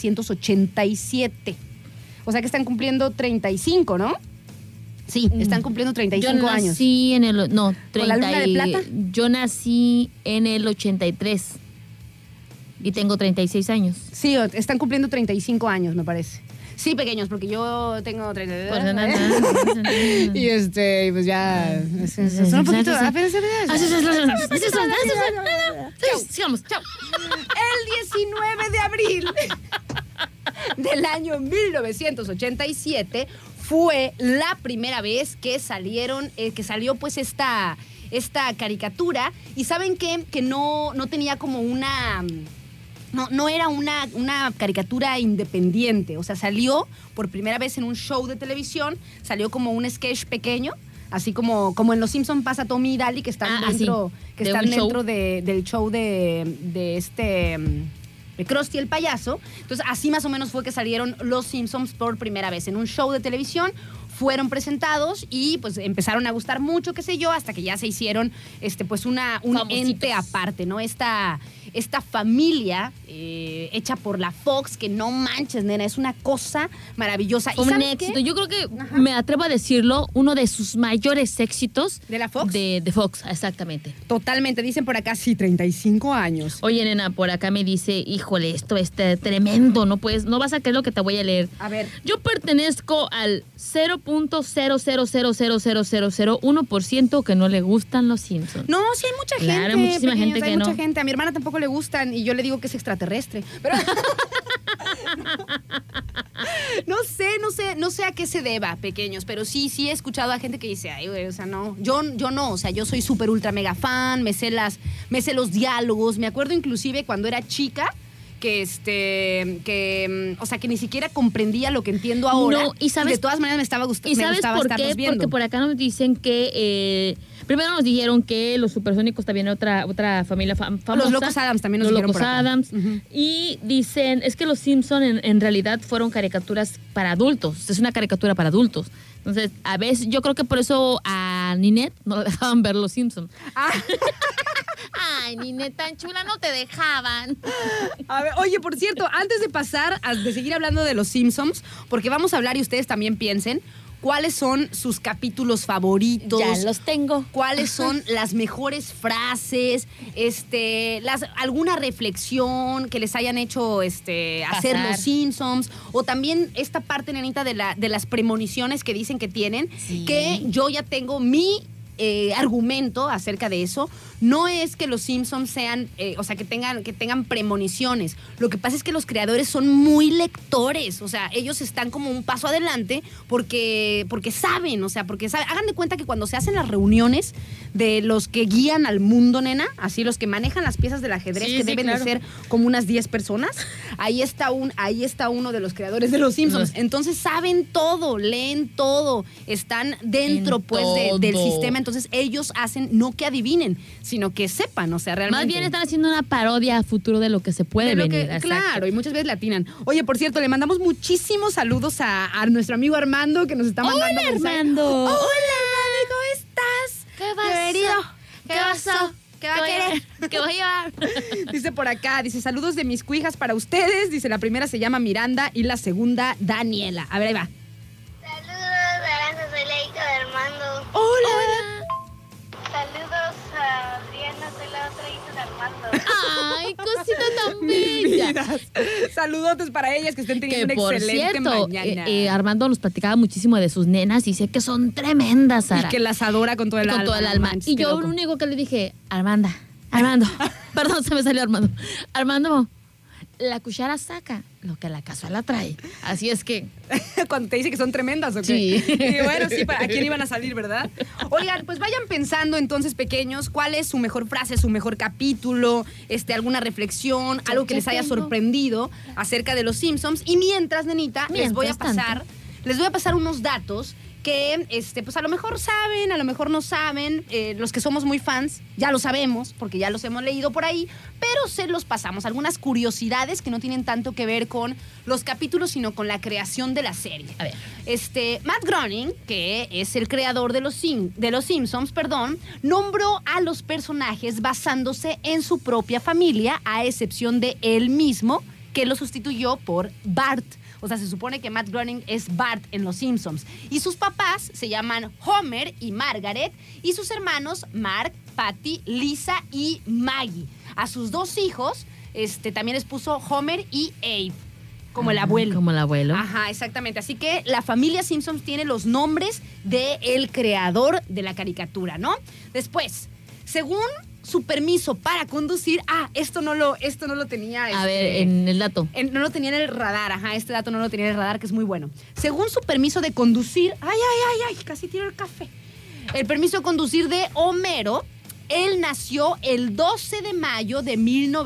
1987. O sea que están cumpliendo 35, ¿no? Sí, están cumpliendo 35 años. Yo nací en el... No, ¿Con la luna de plata? Yo nací en el 83 y tengo 36 años. Sí, están cumpliendo 35 años, me parece. Sí, pequeños, porque yo tengo 32. Y pues ya... Son un poquito... Sigamos. Chao. El 19 de abril del año 1987 fue la primera vez que salió pues esta caricatura. Y ¿saben qué? Que no tenía como una... No era una caricatura independiente. O sea, salió por primera vez en un show de televisión. Salió como un sketch pequeño. Así como en Los Simpson pasa Tommy y Daly, que están dentro, del show de Krusty el payaso. Entonces, así más o menos fue que salieron Los Simpsons por primera vez. En un show de televisión fueron presentados y pues empezaron a gustar mucho, qué sé yo, hasta que ya se hicieron pues un ente aparte, ¿no? Esta familia hecha por la Fox, que no manches, nena, es una cosa maravillosa. Un éxito. Yo creo que me atrevo a decirlo, uno de sus mayores éxitos. ¿De la Fox? De Fox, exactamente. Totalmente. Dicen por acá, sí, 35 años. Oye, nena, por acá me dice, híjole, esto está tremendo, no vas a creer lo que te voy a leer. A ver. Yo pertenezco al 0.0000001% que no le gustan los Simpsons. No, sí hay mucha gente. Claro, hay muchísima gente que no. Hay mucha gente. A mi hermana tampoco le gustan y yo le digo que es extraterrestre. Pero no sé a qué se deba, pequeños, pero sí he escuchado a gente que dice, ay, güey, o sea, no. Yo no, o sea, yo soy súper ultra mega fan, me sé los diálogos. Me acuerdo inclusive cuando era chica que ni siquiera comprendía lo que entiendo ahora. No, y de todas maneras me estaba gustando. ¿Y sabes por qué? Viendo. Porque por acá nos dicen que primero nos dijeron que los Supersónicos también otra familia famosa. Los Locos Adams también nos dijeron por acá. Los Locos Adams. Y dicen, es que los Simpson en realidad fueron caricaturas para adultos. Es una caricatura para adultos. Entonces, a veces, yo creo que por eso a Ninette no le dejaban ver los Simpsons. Ay, Ninette, tan chula, no te dejaban. A ver, oye, por cierto, antes de pasar, de seguir hablando de los Simpsons, porque vamos a hablar y ustedes también piensen, ¿cuáles son sus capítulos favoritos? Ya los tengo. ¿Cuáles son las mejores frases? Alguna reflexión que les hayan hecho hacer los Simpsons. O también esta parte, nenita, de las premoniciones que dicen que tienen. Sí. Que yo ya tengo mi argumento acerca de eso. No es que los Simpsons sean, que tengan premoniciones. Lo que pasa es que los creadores son muy lectores. O sea, ellos están como un paso adelante porque saben, hagan de cuenta que cuando se hacen las reuniones de los que guían al mundo, nena, así los que manejan las piezas del ajedrez, que deben de ser como unas 10 personas, ahí está uno de los creadores de los Simpsons. Entonces saben todo, leen todo, están dentro del sistema. Entonces ellos hacen, no que adivinen, sino que sepan, o sea, realmente. Más bien están haciendo una parodia a futuro de lo que se puede venir. Claro, y muchas veces le atinan. Oye, por cierto, le mandamos muchísimos saludos a nuestro amigo Armando, que nos está mandando mensajes. Armando. Hola, Armando, ¿cómo estás? ¿Qué pasó? ¿Qué pasó? ¿Qué va a querer? ¿Qué voy a llevar? Dice por acá, saludos de mis cuijas para ustedes. Dice, la primera se llama Miranda y la segunda Daniela. A ver, ahí va. Saludos, Aranza, soy la hija de Armando. Hola. Saludos a Adriana, soy la otra hija de Armando. ¡Ay, cosita tan bella! Saludotes para ellas, que estén teniendo una excelente mañana. Armando nos platicaba muchísimo de sus nenas y dice que son tremendas, Sara. Y que las adora con todo el alma. Con todo el alma. Y yo lo único que le dije, Armando, perdón, se me salió Armando, la cuchara saca lo que la cazuela trae. Así es que... Cuando te dice que son tremendas, ¿o qué? Sí. Y bueno, sí, ¿a quién iban a salir, verdad? Oigan, pues vayan pensando entonces, pequeños, cuál es su mejor frase, su mejor capítulo, alguna reflexión, algo que les haya sorprendido acerca de los Simpsons. Y mientras, nenita, les voy a pasar unos datos que pues a lo mejor saben, a lo mejor no saben. Los que somos muy fans ya lo sabemos porque ya los hemos leído por ahí, pero se los pasamos. Algunas curiosidades que no tienen tanto que ver con los capítulos, sino con la creación de la serie. A ver. Matt Groening, que es el creador de los Simpsons, nombró a los personajes basándose en su propia familia, a excepción de él mismo, que lo sustituyó por Bart. O sea, se supone que Matt Groening es Bart en Los Simpsons. Y sus papás se llaman Homer y Margaret. Y sus hermanos, Mark, Patty, Lisa y Maggie. A sus dos hijos también les puso Homer y Abe. Como el abuelo. Como el abuelo. Ajá, exactamente. Así que la familia Simpsons tiene los nombres del creador de la caricatura, ¿no? Después, según su permiso para conducir. Esto no lo tenía. A ver, en el dato. No lo tenía en el radar, este dato no lo tenía en el radar, que es muy bueno. Según su permiso de conducir, casi tiro el café. El permiso de conducir de Homero, él nació el 12 de mayo de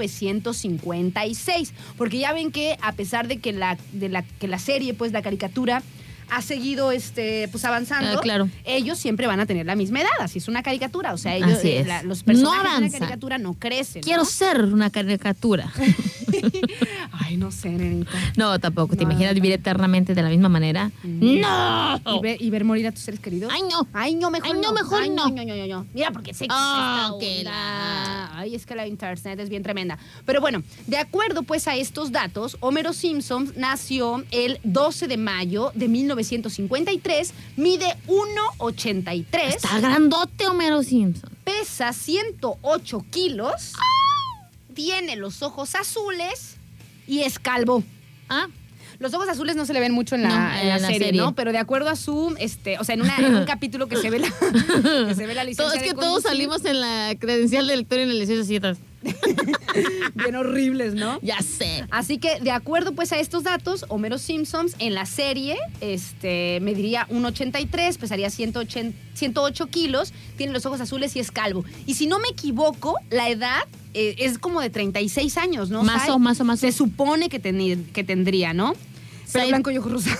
1956, porque ya ven que a pesar de que la serie, pues la caricatura ha seguido pues avanzando, claro. Ellos siempre van a tener la misma edad, así es una caricatura, o sea, ellos, así es. Los personajes No de la caricatura no crecen. Quiero ser una caricatura. Ay, no sé, nenita. No, tampoco. ¿Te No, imaginas vivir eternamente de la misma manera? ¡No! ¿Y ver morir a tus seres queridos? ¡Ay, no! Ay, no, mejor no. Mejor no. No. Mira, porque sé que que Ay, es que la internet es bien tremenda. Pero bueno, de acuerdo pues a estos datos, Homero Simpson nació el 12 de mayo de 1953, mide 1,83. Está grandote Homero Simpson. Pesa 108 kilos, tiene los ojos azules y es calvo. Los ojos azules no se le ven mucho en la serie, ¿no? Pero de acuerdo a su, o sea, en un capítulo que se ve la licencia Es que todos salimos en la credencial de lector y en la licencia de bien horribles, ¿no? Ya sé. Así que, de acuerdo pues a estos datos, Homero Simpson en la serie mediría 1,83, pesaría 108 kilos, tiene los ojos azules y es calvo. Y si no me equivoco, la edad es como de 36 años, ¿no? Más. Se supone que tendría, ¿no? Pero blanco y ojos rosados.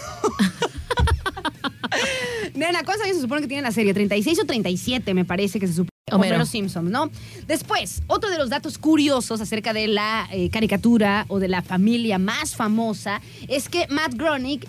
Nena, ¿cuántos años se supone que tiene la serie? ¿36 o 37 me parece que se supone? Homero Simpson, ¿no? Después, otro de los datos curiosos acerca de la caricatura o de la familia más famosa es que Matt Groening,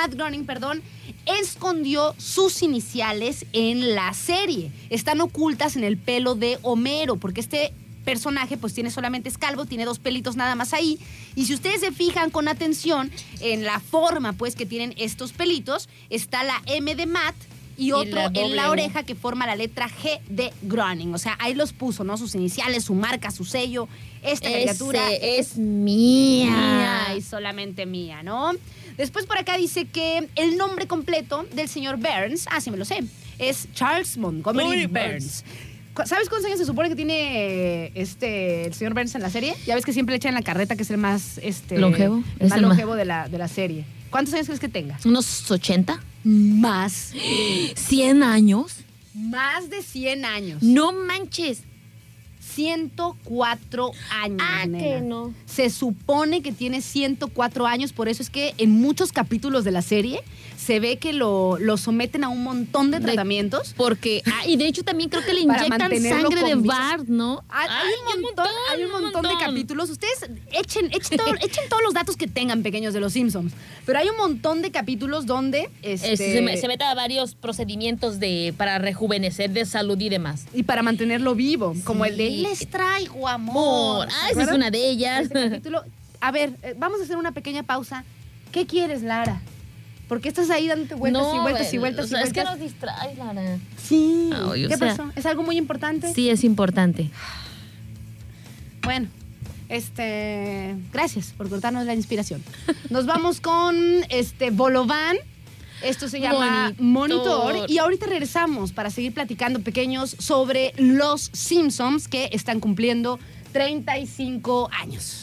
escondió sus iniciales en la serie. Están ocultas en el pelo de Homero, porque este personaje pues solamente es calvo, tiene 2 pelitos nada más ahí, y si ustedes se fijan con atención en la forma pues que tienen estos pelitos, está la M de Matt y otro en la oreja que forma la letra G de Groening. O sea, ahí los puso, ¿no? Sus iniciales, su marca, su sello. Esta caricatura es mía y solamente mía, ¿no? Después por acá dice que el nombre completo del señor Burns, sí me lo sé, es Charles Montgomery Burns. ¿Sabes cuántos años se supone que tiene el señor Burns en la serie? Ya ves que siempre le echan en la carreta que es el más longevo. El más longevo de la serie. ¿Cuántos años crees que tenga? ¿Unos 80? Más. ¿100 años? Más de 100 años. No manches. 104 años, nena. Que no. Se supone que tiene 104 años, por eso es que en muchos capítulos de la serie se ve que lo someten a un montón de tratamientos. Porque, y de hecho también creo que le inyectan sangre de Bart, ¿no? Hay un montón de capítulos. Ustedes echen todos los datos que tengan pequeños de los Simpsons. Pero hay un montón de capítulos donde se mete a varios procedimientos para rejuvenecer de salud y demás. Y para mantenerlo vivo, como el de les traigo amor. Esa es una de ellas. Capítulo. A ver, vamos a hacer una pequeña pausa. ¿Qué quieres, Lara? ¿Por qué estás ahí dándote vueltas y vueltas y vueltas y vueltas? Es que nos distraes, Lara. Sí. ¿Qué pasó? ¿Es algo muy importante? Sí, es importante. Bueno, gracias por cortarnos la inspiración. Nos vamos con Bolobán. Esto se llama Monitor. Y ahorita regresamos para seguir platicando pequeños sobre los Simpsons que están cumpliendo 35 años.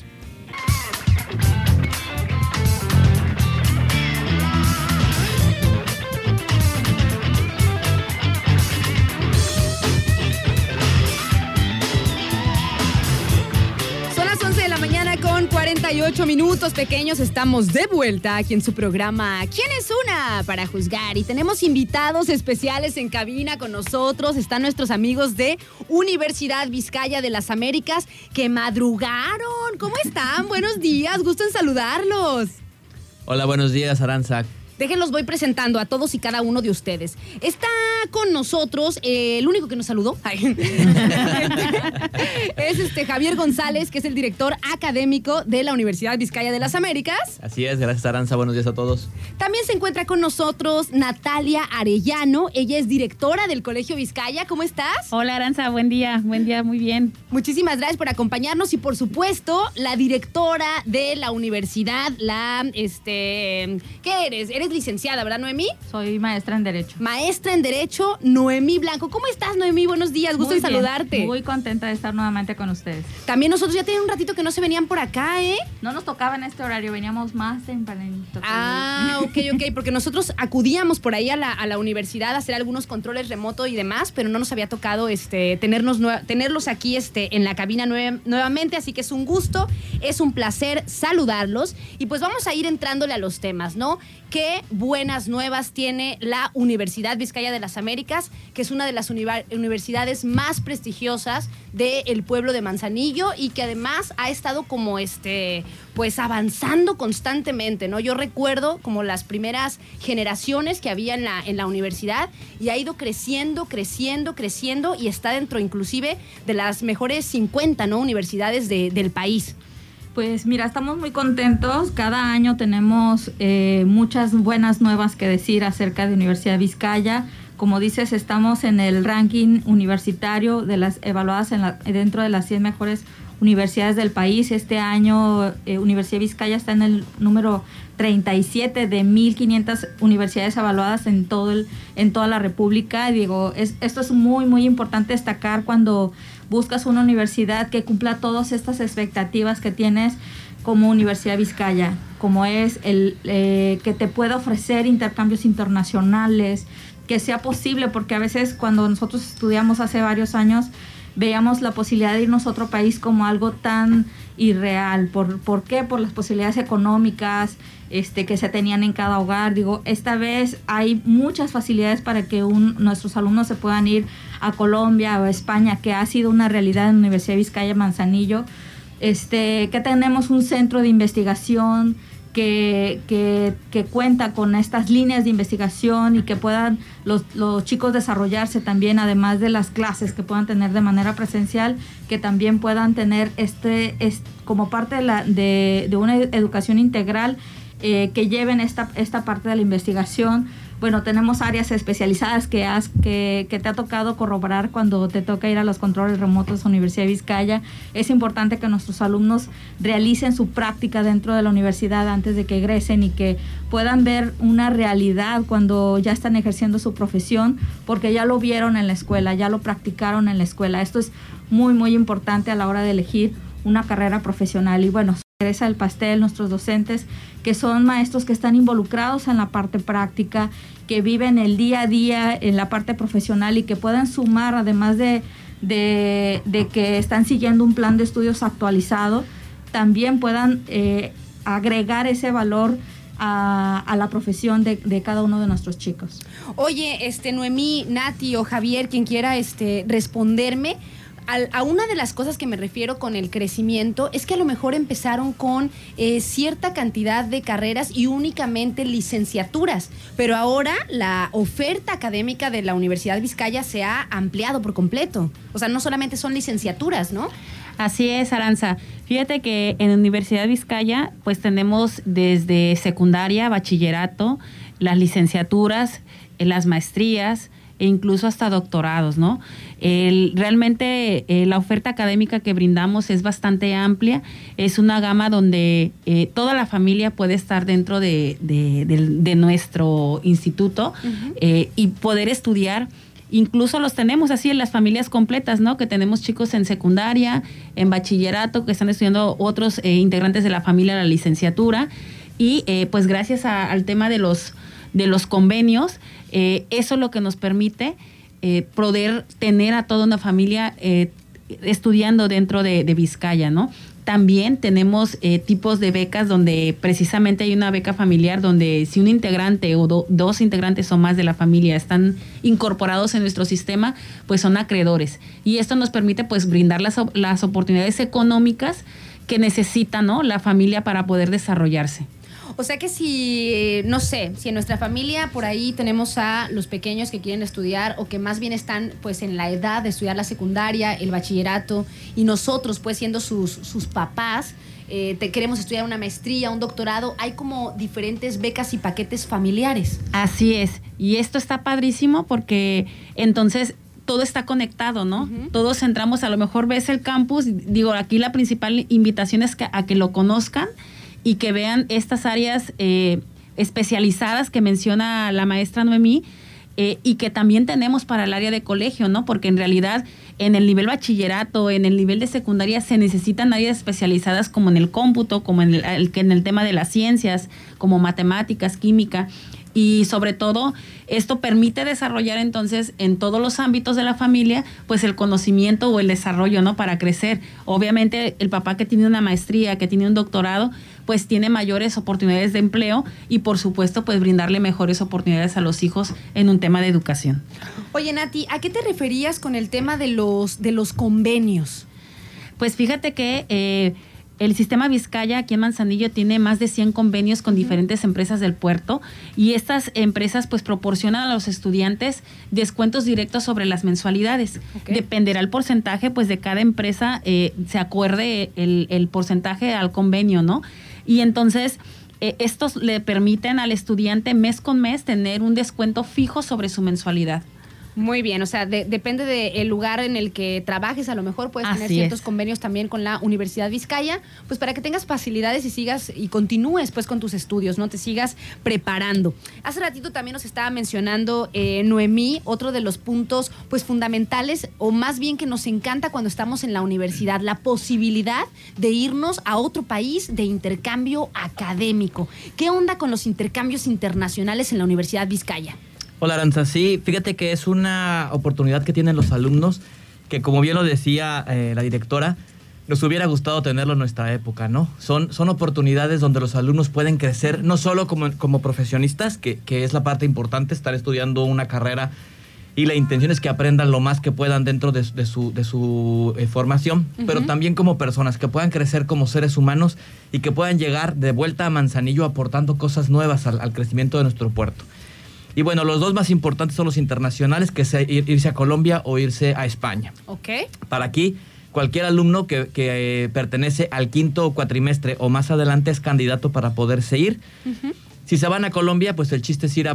Son las 11 de la mañana con 48 minutos, pequeños. Estamos de vuelta aquí en su programa ¿Quién es una? Para juzgar. Y tenemos invitados especiales en cabina con nosotros. Están nuestros amigos de Universidad Vizcaya de las Américas que madrugaron. ¿Cómo están? Buenos días, gusto en saludarlos. Hola, buenos días, Aranza. Déjenlos, voy presentando a todos y cada uno de ustedes. Está con nosotros el único que nos saludó. Es Javier González, que es el director académico de la Universidad Vizcaya de las Américas. Así es, gracias, Aranza. Buenos días a todos. También se encuentra con nosotros Natalia Arellano. Ella es directora del Colegio Vizcaya. ¿Cómo estás? Hola, Aranza. Buen día, muy bien. Muchísimas gracias por acompañarnos y, por supuesto, la directora de la universidad, ¿qué eres? Eres licenciada, ¿verdad, Noemí? Soy maestra en Derecho. Maestra en Derecho Derecho, Noemí Blanco. ¿Cómo estás, Noemí? Buenos días, gusto en saludarte. Muy contenta de estar nuevamente con ustedes. También nosotros ya teníamos un ratito que no se venían por acá, ¿eh? No nos tocaba en este horario, veníamos más tempranito. Ok, porque nosotros acudíamos por ahí a la universidad a hacer algunos controles remotos y demás, pero no nos había tocado tenerlos aquí en la cabina nuevamente, así que es un gusto, es un placer saludarlos y pues vamos a ir entrándole a los temas, ¿no? Qué buenas nuevas tiene la Universidad Vizcaya de las Américas, que es una de las universidades más prestigiosas del pueblo de Manzanillo y que además ha estado como pues avanzando constantemente, ¿no? Yo recuerdo como las primeras generaciones que había en la universidad y ha ido creciendo y está dentro inclusive de las mejores 50, ¿no? Universidades del país. Pues mira, estamos muy contentos. Cada año tenemos muchas buenas nuevas que decir acerca de Universidad Vizcaya. Como dices, estamos en el ranking universitario de las evaluadas dentro de las 100 mejores universidades del país. Este año Universidad Vizcaya está en el número 37 de 1,500 universidades evaluadas en toda la República. Digo, esto es muy, muy importante destacar cuando buscas una universidad que cumpla todas estas expectativas que tienes como Universidad Vizcaya, como es que te pueda ofrecer intercambios internacionales, que sea posible, porque a veces cuando nosotros estudiamos hace varios años, veíamos la posibilidad de irnos a otro país como algo tan irreal. ¿Por qué? Por las posibilidades económicas que se tenían en cada hogar. Digo, esta vez hay muchas facilidades para que nuestros alumnos se puedan ir a Colombia o a España, que ha sido una realidad en la Universidad Vizcaya Manzanillo. Que tenemos un centro de investigación que cuenta con estas líneas de investigación y que puedan los chicos desarrollarse también, además de las clases que puedan tener de manera presencial, que también puedan tener como parte de una educación integral, que lleven esta parte de la investigación. Bueno, tenemos áreas especializadas que te ha tocado corroborar cuando te toca ir a los controles remotos a Universidad Vizcaya. Es importante que nuestros alumnos realicen su práctica dentro de la universidad antes de que egresen y que puedan ver una realidad cuando ya están ejerciendo su profesión, porque ya lo vieron en la escuela, ya lo practicaron en la escuela. Esto es muy, muy importante a la hora de elegir una carrera profesional. Y bueno, cereza del pastel, nuestros docentes, que son maestros que están involucrados en la parte práctica, que viven el día a día en la parte profesional y que puedan sumar, además de que están siguiendo un plan de estudios actualizado, también puedan agregar ese valor a la profesión de cada uno de nuestros chicos. Oye, Noemí, Nati o Javier, quien quiera responderme, a una de las cosas que me refiero con el crecimiento es que a lo mejor empezaron con cierta cantidad de carreras y únicamente licenciaturas, pero ahora la oferta académica de la Universidad Vizcaya se ha ampliado por completo. O sea, no solamente son licenciaturas, ¿no? Así es, Aranza. Fíjate que en Universidad Vizcaya pues tenemos desde secundaria, bachillerato, las licenciaturas, las maestrías, e incluso hasta doctorados, ¿no? Realmente la oferta académica que brindamos es bastante amplia, es una gama donde toda la familia puede estar dentro de nuestro instituto. Uh-huh. Y poder estudiar. Incluso los tenemos así en las familias completas, ¿no? Que tenemos chicos en secundaria, en bachillerato, que están estudiando otros integrantes de la familia la licenciatura. Y pues gracias al tema de los convenios, eso es lo que nos permite poder tener a toda una familia estudiando dentro de Vizcaya, ¿no? También tenemos tipos de becas donde precisamente hay una beca familiar donde si un integrante o dos integrantes o más de la familia están incorporados en nuestro sistema, pues son acreedores. Y esto nos permite pues brindar las oportunidades económicas que necesita, ¿no?, la familia para poder desarrollarse. O sea que si, no sé, si en nuestra familia por ahí tenemos a los pequeños que quieren estudiar o que más bien están pues en la edad de estudiar la secundaria, el bachillerato, y nosotros pues siendo sus papás, queremos estudiar una maestría, un doctorado, hay como diferentes becas y paquetes familiares. Así es, y esto está padrísimo porque entonces todo está conectado, ¿no? Uh-huh. Todos entramos, a lo mejor ves el campus, digo, aquí la principal invitación es a que lo conozcan y que vean estas áreas especializadas que menciona la maestra Noemí, y que también tenemos para el área de colegio, ¿no? Porque en realidad en el nivel bachillerato, en el nivel de secundaria se necesitan áreas especializadas como en el cómputo, como en el tema de las ciencias, como matemáticas, química. Y sobre todo, esto permite desarrollar entonces en todos los ámbitos de la familia, pues el conocimiento o el desarrollo, ¿no? Para crecer. Obviamente, el papá que tiene una maestría, que tiene un doctorado, pues tiene mayores oportunidades de empleo y, por supuesto, pues brindarle mejores oportunidades a los hijos en un tema de educación. Oye, Nati, ¿a qué te referías con el tema de los convenios? Pues fíjate que el sistema Vizcaya aquí en Manzanillo tiene más de 100 convenios con diferentes empresas del puerto y estas empresas pues proporcionan a los estudiantes descuentos directos sobre las mensualidades. Okay. Dependerá el porcentaje pues de cada empresa, se acuerde el porcentaje al convenio, ¿no? Y entonces estos le permiten al estudiante mes con mes tener un descuento fijo sobre su mensualidad. Muy bien, o sea, depende del lugar en el que trabajes, a lo mejor puedes tener ciertos convenios también con la Universidad Vizcaya, pues para que tengas facilidades y sigas y continúes pues con tus estudios, ¿no? Te sigas preparando. Hace ratito también nos estaba mencionando Noemí, otro de los puntos pues fundamentales, o más bien que nos encanta cuando estamos en la universidad, la posibilidad de irnos a otro país de intercambio académico. ¿Qué onda con los intercambios internacionales en la Universidad Vizcaya? Hola, Aranza. Sí, fíjate que es una oportunidad que tienen los alumnos que, como bien lo decía la directora, nos hubiera gustado tenerlo en nuestra época, ¿no? Son oportunidades donde los alumnos pueden crecer, no solo como profesionistas, que es la parte importante, estar estudiando una carrera, y la intención es que aprendan lo más que puedan dentro de su formación, pero también como personas, que puedan crecer como seres humanos y que puedan llegar de vuelta a Manzanillo aportando cosas nuevas al crecimiento de nuestro puerto. Y bueno, los dos más importantes son los internacionales, que es irse a Colombia o irse a España. Ok. Para aquí, cualquier alumno que pertenece al quinto cuatrimestre o más adelante es candidato para poderse ir. Si se van a Colombia, pues el chiste es ir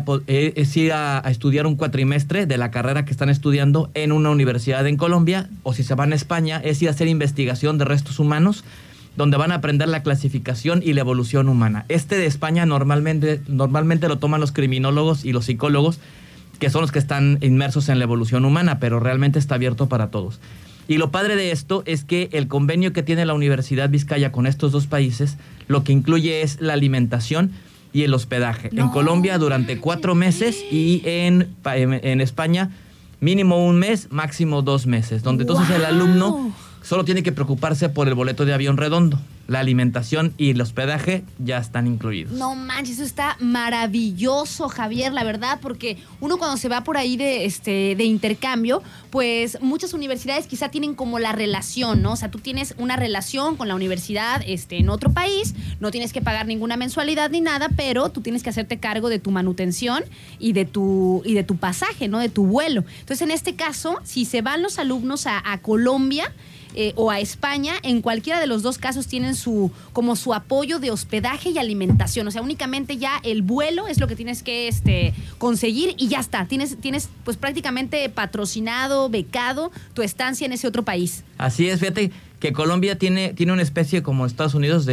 a estudiar un cuatrimestre de la carrera que están estudiando en una universidad en Colombia. O si se van a España, es ir a hacer investigación de restos humanos, donde van a aprender la clasificación y la evolución humana. De España normalmente lo toman los criminólogos y los psicólogos, que son los que están inmersos en la evolución humana, pero realmente está abierto para todos. Y lo padre de esto es que el convenio que tiene la Universidad Vizcaya con estos dos países, lo que incluye es la alimentación y el hospedaje. En Colombia durante 4 meses y en España mínimo 1 mes, máximo 2 meses, donde entonces el alumno solo tiene que preocuparse por el boleto de avión redondo. La alimentación y el hospedaje ya están incluidos. No manches, eso está maravilloso, Javier, la verdad, porque uno cuando se va por ahí de intercambio, pues muchas universidades quizá tienen como la relación, ¿no? O sea, tú tienes una relación con la universidad en otro país, no tienes que pagar ninguna mensualidad ni nada, pero tú tienes que hacerte cargo de tu manutención y de tu pasaje, ¿no? De tu vuelo. Entonces, en este caso, si se van los alumnos a Colombia, o a España, en cualquiera de los dos casos tienen su apoyo de hospedaje y alimentación. O sea, únicamente ya el vuelo es lo que tienes que conseguir y ya está. Tienes pues prácticamente patrocinado, becado tu estancia en ese otro país. Así es, fíjate que Colombia tiene una especie como Estados Unidos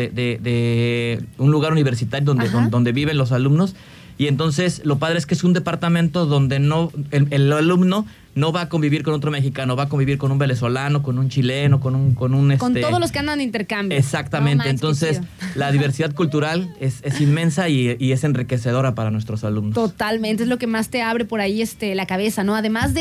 de un lugar universitario donde viven los alumnos. Y entonces lo padre es que es un departamento donde el alumno no va a convivir con otro mexicano, va a convivir con un venezolano, con un chileno, con todos los que andan de intercambio. Exactamente. No, entonces la diversidad cultural es inmensa y es enriquecedora para nuestros alumnos. Totalmente, es lo que más te abre por ahí la cabeza, ¿no? Además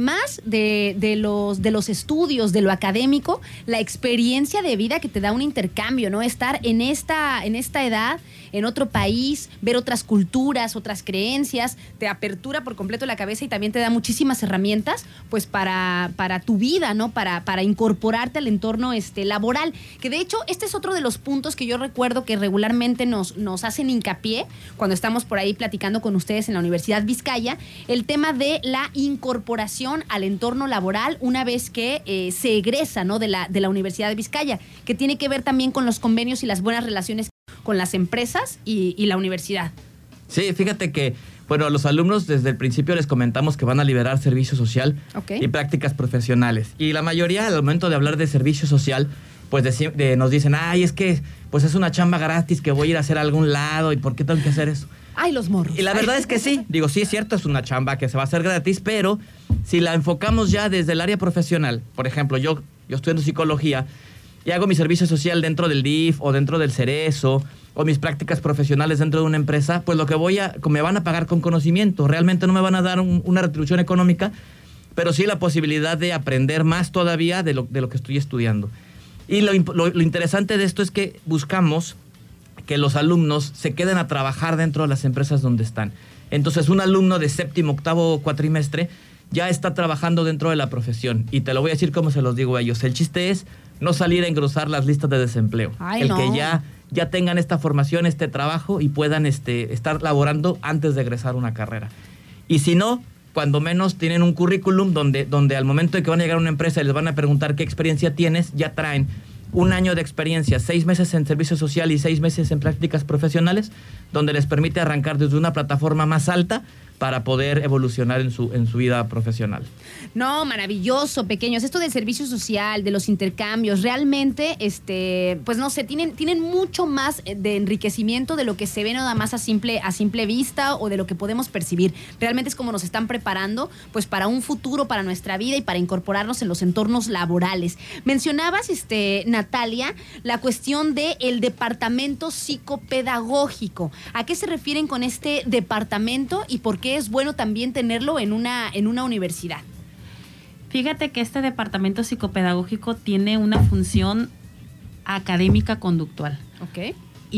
de los estudios, de lo académico, la experiencia de vida que te da un intercambio, ¿no? Estar en esta edad, en otro país, ver otras culturas, otras creencias, te apertura por completo la cabeza y también te da muchísimas herramientas pues para tu vida, ¿no? Para incorporarte al entorno laboral. Que de hecho, este es otro de los puntos que yo recuerdo que regularmente nos hacen hincapié cuando estamos por ahí platicando con ustedes en la Universidad Vizcaya, el tema de la incorporación al entorno laboral una vez que se egresa, ¿no? de la Universidad de Vizcaya, que tiene que ver también con los convenios y las buenas relaciones con las empresas y la universidad. Sí, fíjate que, bueno, a los alumnos desde el principio les comentamos que van a liberar servicio social y prácticas profesionales. Y la mayoría, al momento de hablar de servicio social, pues nos dicen, ay, es que pues es una chamba gratis que voy a ir a hacer a algún lado y ¿por qué tengo que hacer eso? Ay, los morros. Y la verdad es que sí, digo, sí es cierto, es una chamba que se va a hacer gratis, pero si la enfocamos ya desde el área profesional, por ejemplo, yo estudiando psicología y hago mi servicio social dentro del DIF o dentro del Cerezo o mis prácticas profesionales dentro de una empresa, pues lo que me van a pagar con conocimiento. Realmente no me van a dar una retribución económica, pero sí la posibilidad de aprender más todavía de lo que estoy estudiando. Y lo interesante de esto es que buscamos que los alumnos se queden a trabajar dentro de las empresas donde están. Entonces, un alumno de 7º, 8º cuatrimestre ya está trabajando dentro de la profesión. Y te lo voy a decir como se los digo a ellos. El chiste es no salir a engrosar las listas de desempleo. Que ya tengan esta formación, este trabajo y puedan estar laborando antes de egresar una carrera. Y si no, cuando menos tienen un currículum donde al momento de que van a llegar a una empresa y les van a preguntar qué experiencia tienes, ya traen 1 año de experiencia, 6 meses en servicio social y 6 meses en prácticas profesionales, donde les permite arrancar desde una plataforma más alta para poder evolucionar en su vida profesional. No, maravilloso, pequeños. Esto del servicio social, de los intercambios, realmente, pues no sé, tienen mucho más de enriquecimiento de lo que se ve nada más a simple vista o de lo que podemos percibir. Realmente es como nos están preparando, pues para un futuro, para nuestra vida y para incorporarnos en los entornos laborales. Mencionabas, Natalia, la cuestión del departamento psicopedagógico. ¿A qué se refieren con este departamento y por qué es bueno también tenerlo en una universidad? Fíjate que este departamento psicopedagógico tiene una función académica conductual. Ok.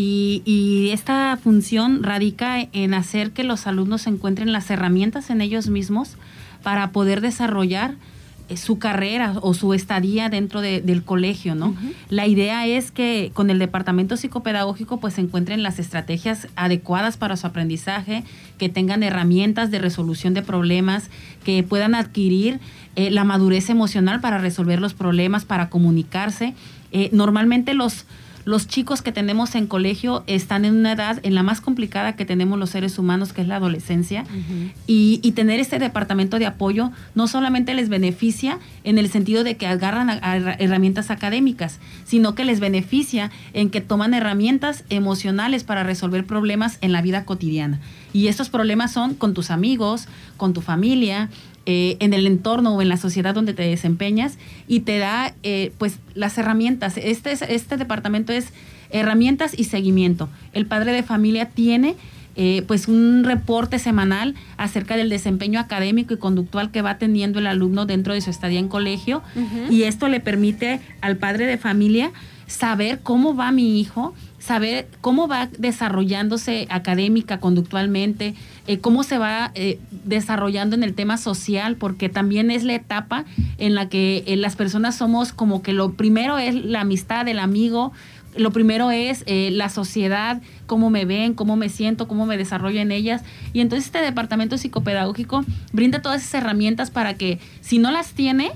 Y esta función radica en hacer que los alumnos encuentren las herramientas en ellos mismos para poder desarrollar su carrera o su estadía dentro del colegio, ¿no? Uh-huh. La idea es que con el departamento psicopedagógico pues se encuentren las estrategias adecuadas para su aprendizaje, que tengan herramientas de resolución de problemas, que puedan adquirir la madurez emocional para resolver los problemas, para comunicarse. Normalmente los chicos que tenemos en colegio están en una edad, en la más complicada que tenemos los seres humanos, que es la adolescencia, uh-huh. y tener este departamento de apoyo no solamente les beneficia en el sentido de que agarran a herramientas académicas, sino que les beneficia en que toman herramientas emocionales para resolver problemas en la vida cotidiana. Y estos problemas son con tus amigos, con tu familia, en el entorno o en la sociedad donde te desempeñas, y te da pues las herramientas. Este departamento es herramientas y seguimiento. El padre de familia tiene pues un reporte semanal acerca del desempeño académico y conductual que va teniendo el alumno dentro de su estadía en colegio, uh-huh. Y esto le permite al padre de familia saber cómo va mi hijo, saber cómo va desarrollándose académica, conductualmente, cómo se va desarrollando en el tema social, porque también es la etapa en la que las personas somos como que lo primero es la amistad, el amigo, lo primero es la sociedad, cómo me ven, cómo me siento, cómo me desarrollo en ellas. Y entonces este departamento psicopedagógico brinda todas esas herramientas para que, si no las tiene,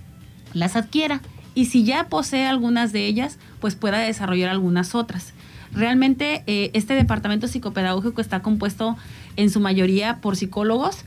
las adquiera. Y si ya posee algunas de ellas, pues pueda desarrollar algunas otras. Realmente este departamento psicopedagógico está compuesto en su mayoría por psicólogos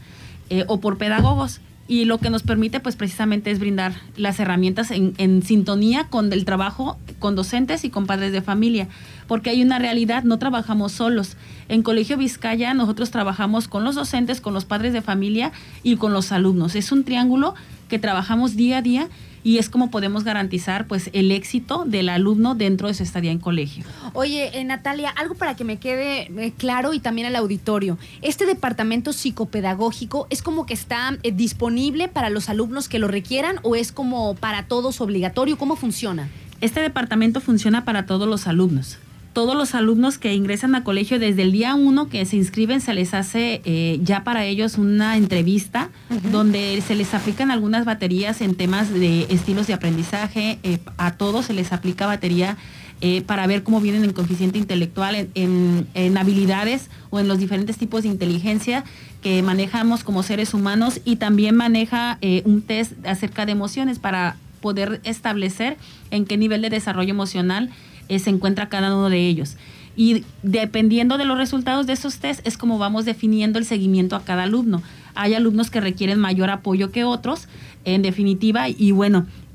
o por pedagogos. Y lo que nos permite pues precisamente es brindar las herramientas en sintonía con el trabajo con docentes y con padres de familia. Porque hay una realidad, no trabajamos solos. En Colegio Vizcaya nosotros trabajamos con los docentes, con los padres de familia y con los alumnos. Es un triángulo que trabajamos día a día, y es como podemos garantizar pues el éxito del alumno dentro de su estadía en colegio. Oye, Natalia, algo para que me quede claro y también al auditorio. ¿Este departamento psicopedagógico es como que está disponible para los alumnos que lo requieran o es como para todos obligatorio? ¿Cómo funciona? Este departamento funciona para todos los alumnos. Todos los alumnos que ingresan a colegio desde el día 1 que se inscriben, se les hace ya para ellos una entrevista, uh-huh. donde se les aplican algunas baterías en temas de estilos de aprendizaje. A todos se les aplica batería para ver cómo vienen en coeficiente intelectual, en habilidades o en los diferentes tipos de inteligencia que manejamos como seres humanos, y también maneja un test acerca de emociones para poder establecer en qué nivel de desarrollo emocional se encuentra cada uno de ellos. Y dependiendo de los resultados de esos test es como vamos definiendo el seguimiento a cada alumno. Hay alumnos que requieren mayor apoyo que otros, en definitiva, y bueno,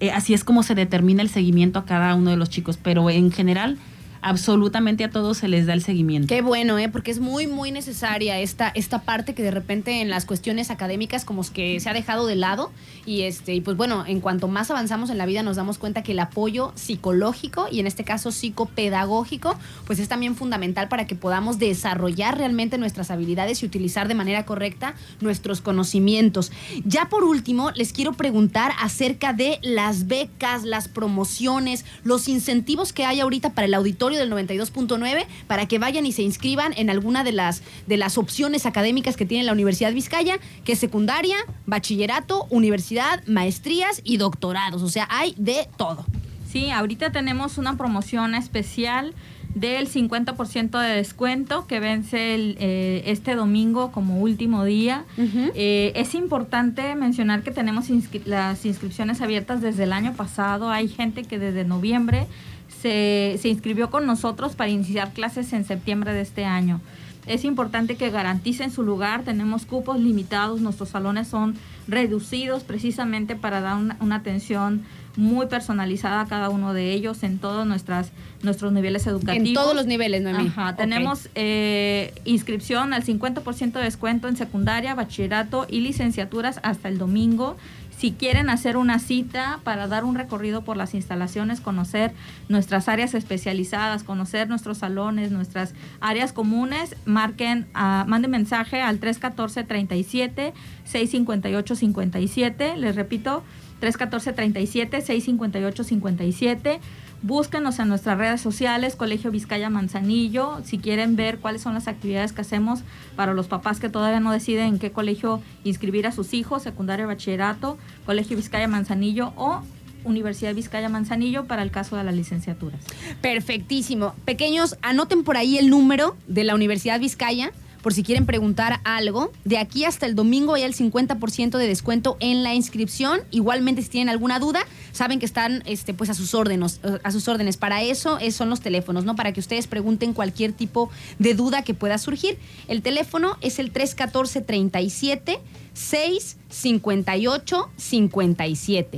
así es como se determina el seguimiento a cada uno de los chicos, pero en general absolutamente a todos se les da el seguimiento. Qué bueno, porque es muy, muy necesaria esta parte que de repente en las cuestiones académicas como que se ha dejado de lado y pues bueno, en cuanto más avanzamos en la vida nos damos cuenta que el apoyo psicológico y en este caso psicopedagógico pues es también fundamental para que podamos desarrollar realmente nuestras habilidades y utilizar de manera correcta nuestros conocimientos. Ya por último, les quiero preguntar acerca de las becas, las promociones, los incentivos que hay ahorita para el auditorio del 92.9 para que vayan y se inscriban en alguna de las opciones académicas que tiene la Universidad Vizcaya, que es secundaria, bachillerato, universidad, maestrías y doctorados. O sea, hay de todo. Sí, ahorita tenemos una promoción especial del 50% de descuento que vence este domingo como último día. Uh-huh. Es importante mencionar que tenemos las inscripciones abiertas desde el año pasado. Hay gente que desde noviembre se inscribió con nosotros para iniciar clases en septiembre de este año. Es importante que garanticen su lugar, tenemos cupos limitados, nuestros salones son reducidos precisamente para dar una atención muy personalizada a cada uno de ellos en todos nuestros niveles educativos. En todos los niveles, Noemí. Ajá, okay. Tenemos inscripción al 50% de descuento en secundaria, bachillerato y licenciaturas hasta el domingo. Si quieren hacer una cita para dar un recorrido por las instalaciones, conocer nuestras áreas especializadas, conocer nuestros salones, nuestras áreas comunes, manden mensaje al 314-37-658-57. Les repito, 314-37-658-57. Búsquenos en nuestras redes sociales, Colegio Vizcaya Manzanillo, si quieren ver cuáles son las actividades que hacemos para los papás que todavía no deciden en qué colegio inscribir a sus hijos, secundaria, bachillerato, Colegio Vizcaya Manzanillo o Universidad Vizcaya Manzanillo para el caso de las licenciaturas. Perfectísimo. Pequeños, anoten por ahí el número de la Universidad Vizcaya, por si quieren preguntar algo. De aquí hasta el domingo hay el 50% de descuento en la inscripción. Igualmente, si tienen alguna duda, saben que están pues a sus órdenes. Para eso son los teléfonos, ¿no? Para que ustedes pregunten cualquier tipo de duda que pueda surgir. El teléfono es el 314-37-658-57.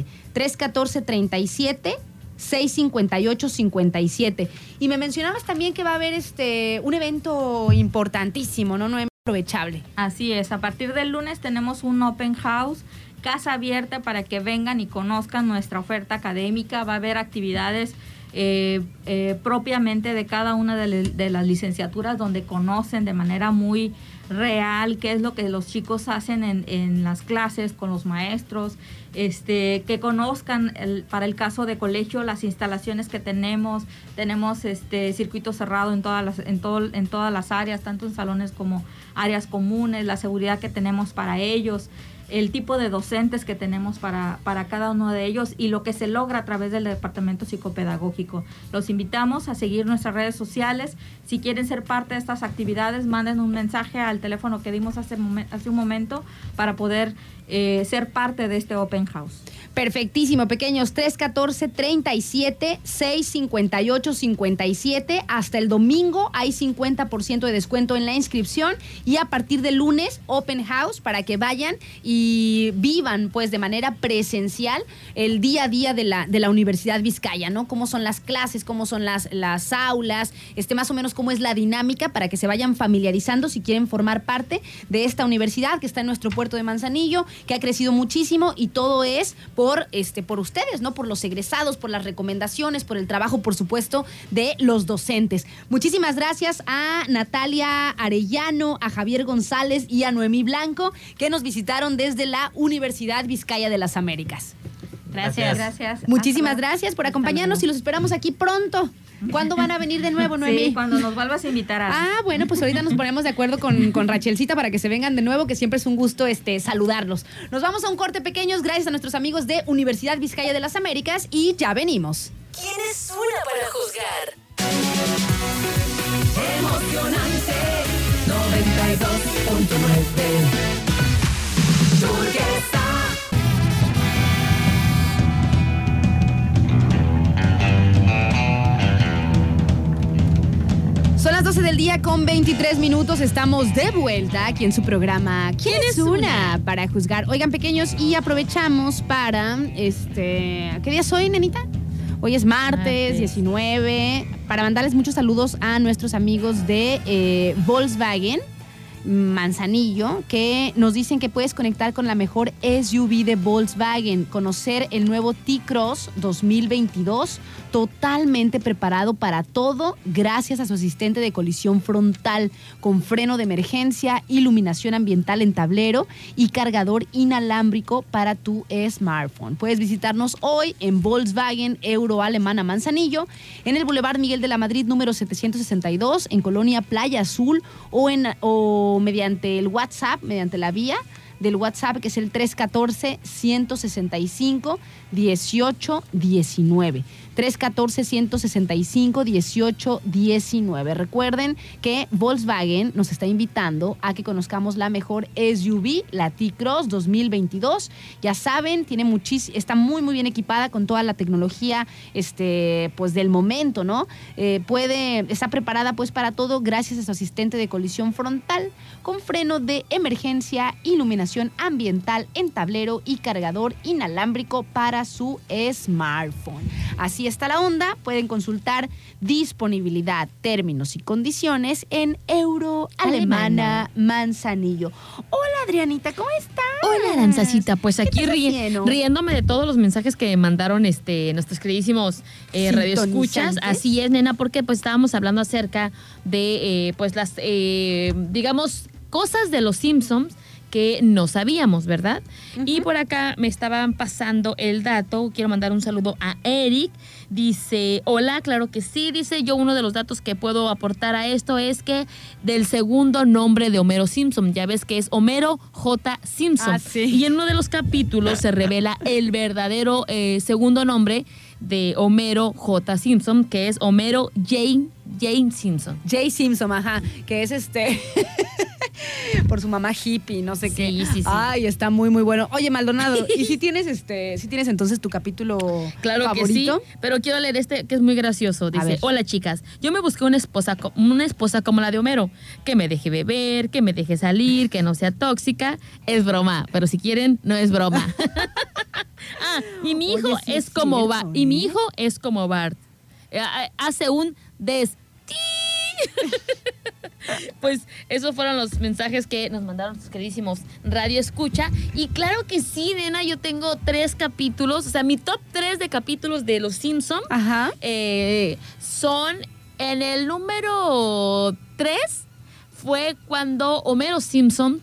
314-37-658-57. Y me mencionabas también que va a haber un evento importantísimo, ¿no? No es aprovechable. Así es, a partir del lunes tenemos un open house, casa abierta para que vengan y conozcan nuestra oferta académica. Va a haber actividades propiamente de cada una de las licenciaturas donde conocen de manera muy real qué es lo que los chicos hacen en las clases con los maestros, que conozcan para el caso de colegio las instalaciones que tenemos circuito cerrado en todas las áreas, tanto en salones como áreas comunes, la seguridad que tenemos para ellos, el tipo de docentes que tenemos para cada uno de ellos y lo que se logra a través del departamento psicopedagógico. Los invitamos a seguir nuestras redes sociales. Si quieren ser parte de estas actividades, manden un mensaje al teléfono que dimos hace un momento para poder ser parte de este open house. Perfectísimo, pequeños. 314-37-658-57. Hasta el domingo hay 50% de descuento en la inscripción y a partir del lunes open house para que vayan y vivan pues de manera presencial el día a día de la Universidad Vizcaya, ¿no? Cómo son las clases, cómo son las aulas, más o menos cómo es la dinámica para que se vayan familiarizando si quieren formar parte de esta universidad que está en nuestro puerto de Manzanillo, que ha crecido muchísimo y todo es por ustedes, ¿no? Por los egresados, por las recomendaciones, por el trabajo, por supuesto, de los docentes. Muchísimas gracias a Natalia Arellano, a Javier González y a Noemí Blanco, que nos visitaron desde la Universidad Vizcaya de las Américas. Gracias. Muchísimas gracias por acompañarnos y los esperamos aquí pronto. ¿Cuándo van a venir de nuevo, Noemí? Sí, cuando nos vuelvas a invitar. Bueno, pues ahorita nos ponemos de acuerdo con Rachelcita para que se vengan de nuevo, que siempre es un gusto saludarlos. Nos vamos a un corte, pequeños, gracias a nuestros amigos de Universidad Vizcaya de las Américas y ya venimos. ¿Quién es una para juzgar? Emocionante 92.9 Turquesa. Son las 12 del día con 23 minutos. Estamos de vuelta aquí en su programa ¿Quién es una? Para juzgar. Oigan, pequeños, y aprovechamos para, ¿qué día es hoy, nenita? Hoy es martes 19, para mandarles muchos saludos a nuestros amigos de Volkswagen Manzanillo, que nos dicen que puedes conectar con la mejor SUV de Volkswagen, conocer el nuevo T-Cross 2022, totalmente preparado para todo gracias a su asistente de colisión frontal, con freno de emergencia, iluminación ambiental en tablero y cargador inalámbrico para tu smartphone. Puedes visitarnos hoy en Volkswagen Euro Alemana Manzanillo, en el Boulevard Miguel de la Madrid número 762, en Colonia Playa Azul, o mediante el WhatsApp, mediante la vía del WhatsApp, que es el 314-165-1819. 314-165-1819. Recuerden que Volkswagen nos está invitando a que conozcamos la mejor SUV, la T-Cross 2022. Ya saben, está muy, muy bien equipada con toda la tecnología pues del momento, ¿no? Está preparada pues para todo gracias a su asistente de colisión frontal, con freno de emergencia, iluminación ambiental en tablero y cargador inalámbrico para su smartphone. Así está la onda. Pueden consultar disponibilidad, términos y condiciones en Euro Alemana Manzanillo. Hola, Adrianita, ¿cómo estás? Hola, Aranzacita. Pues aquí haciendo? riéndome de todos los mensajes que mandaron nuestros queridísimos radioescuchas. Así es, nena, porque pues estábamos hablando acerca de pues las digamos cosas de los Simpsons que no sabíamos, ¿verdad? Uh-huh. Y por acá me estaban pasando el dato. Quiero mandar un saludo a Eric. Dice, hola, claro que sí. Dice, yo uno de los datos que puedo aportar a esto es que del segundo nombre de Homero Simpson, ya ves que es Homero J. Simpson. Ah, sí. Y en uno de los capítulos se revela el verdadero segundo nombre de Homero J. Simpson, que es Homero Jane Simpson. J. Simpson, ajá, que es por su mamá hippie, no sé qué. Sí. Ay, está muy, muy bueno. Oye, Maldonado, ¿y si tienes entonces tu capítulo claro favorito? Que sí, pero quiero leer que es muy gracioso. Dice, hola chicas, yo me busqué una esposa como la de Homero, que me deje beber, que me deje salir, que no sea tóxica. Es broma, pero si quieren, no es broma. Y mi hijo es como Bart. Y mi hijo es como Bart. Hace un Pues esos fueron los mensajes que nos mandaron sus queridísimos Radio Escucha. Y claro que sí, nena, yo tengo 3 capítulos. O sea, mi top 3 de capítulos de Los Simpson son en el número 3 fue cuando Homero Simpson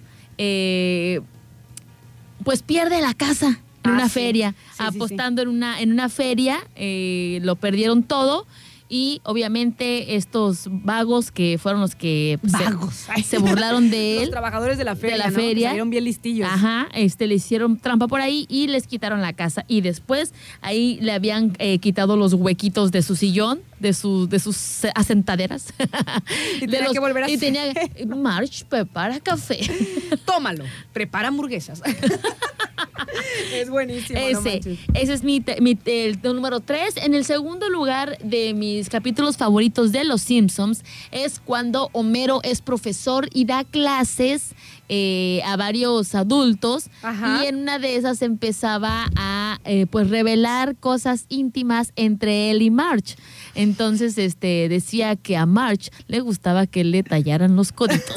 pues pierde la casa en una feria. Apostando en una feria, lo perdieron todo. Y obviamente estos vagos que fueron los que se burlaron de él. Los trabajadores de la feria, ¿no? Que salieron bien listillos. Ajá, le hicieron trampa por ahí y les quitaron la casa. Y después ahí le habían quitado los huequitos de su sillón, de sus asentaderas. Y tenía que volver a y tenía Marge, prepara café. Tómalo, prepara hamburguesas. Es buenísimo. Ese es el número 3. En el segundo lugar de mis capítulos favoritos de Los Simpsons es cuando Homero es profesor y da clases a varios adultos. Ajá. Y en una de esas empezaba a pues revelar cosas íntimas entre él y Marge. Entonces decía que a Marge le gustaba que le tallaran los coditos.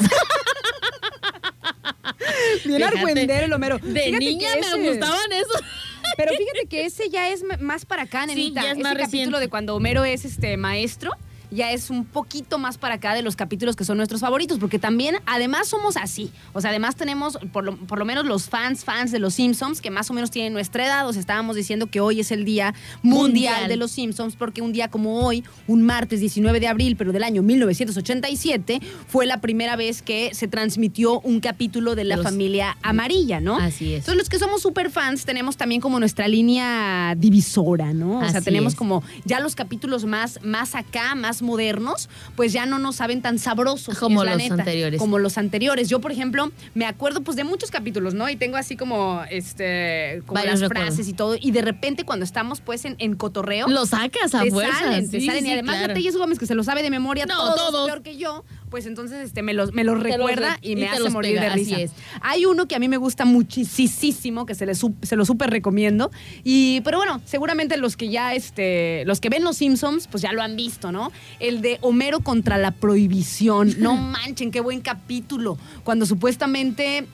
Bien argüendero el Homero. De niña me gustaban esos. Pero fíjate que ese ya es más para acá, nenita. Sí, ya es ese más capítulo reciente. de cuando Homero es maestro, ya es un poquito más para acá de los capítulos que son nuestros favoritos, porque también, además, somos así. O sea, además tenemos, por lo menos los fans de los Simpsons, que más o menos tienen nuestra edad. O sea, estábamos diciendo que hoy es el Día Mundial de los Simpsons, porque un día como hoy, un martes 19 de abril, pero del año 1987, fue la primera vez que se transmitió un capítulo de la familia amarilla, ¿no? Así es. Entonces, los que somos super fans tenemos también como nuestra línea divisora, ¿no? O sea, tenemos como ya los capítulos más acá, más más modernos, pues ya no nos saben tan sabrosos. Como es la los neta, anteriores. Como los anteriores. Yo, por ejemplo, me acuerdo pues de muchos capítulos, ¿no? Y tengo así como, como Varios las recuerdos. frases y todo. Y de repente cuando estamos pues en cotorreo, Lo sacas a te fuerzas. salen, te Sí, salen. sí, Y además claro. Matelles Gómez, que se lo sabe de memoria No, todos. peor que yo, pues entonces me los recuerda y me te hace los morir pega, de así risa. es. Hay uno que a mí me gusta muchísimo, que se lo súper recomiendo. Pero bueno, seguramente los que ya, los que ven Los Simpsons, pues ya lo han visto, ¿no? El de Homero contra la prohibición. No manchen, qué buen capítulo. Cuando supuestamente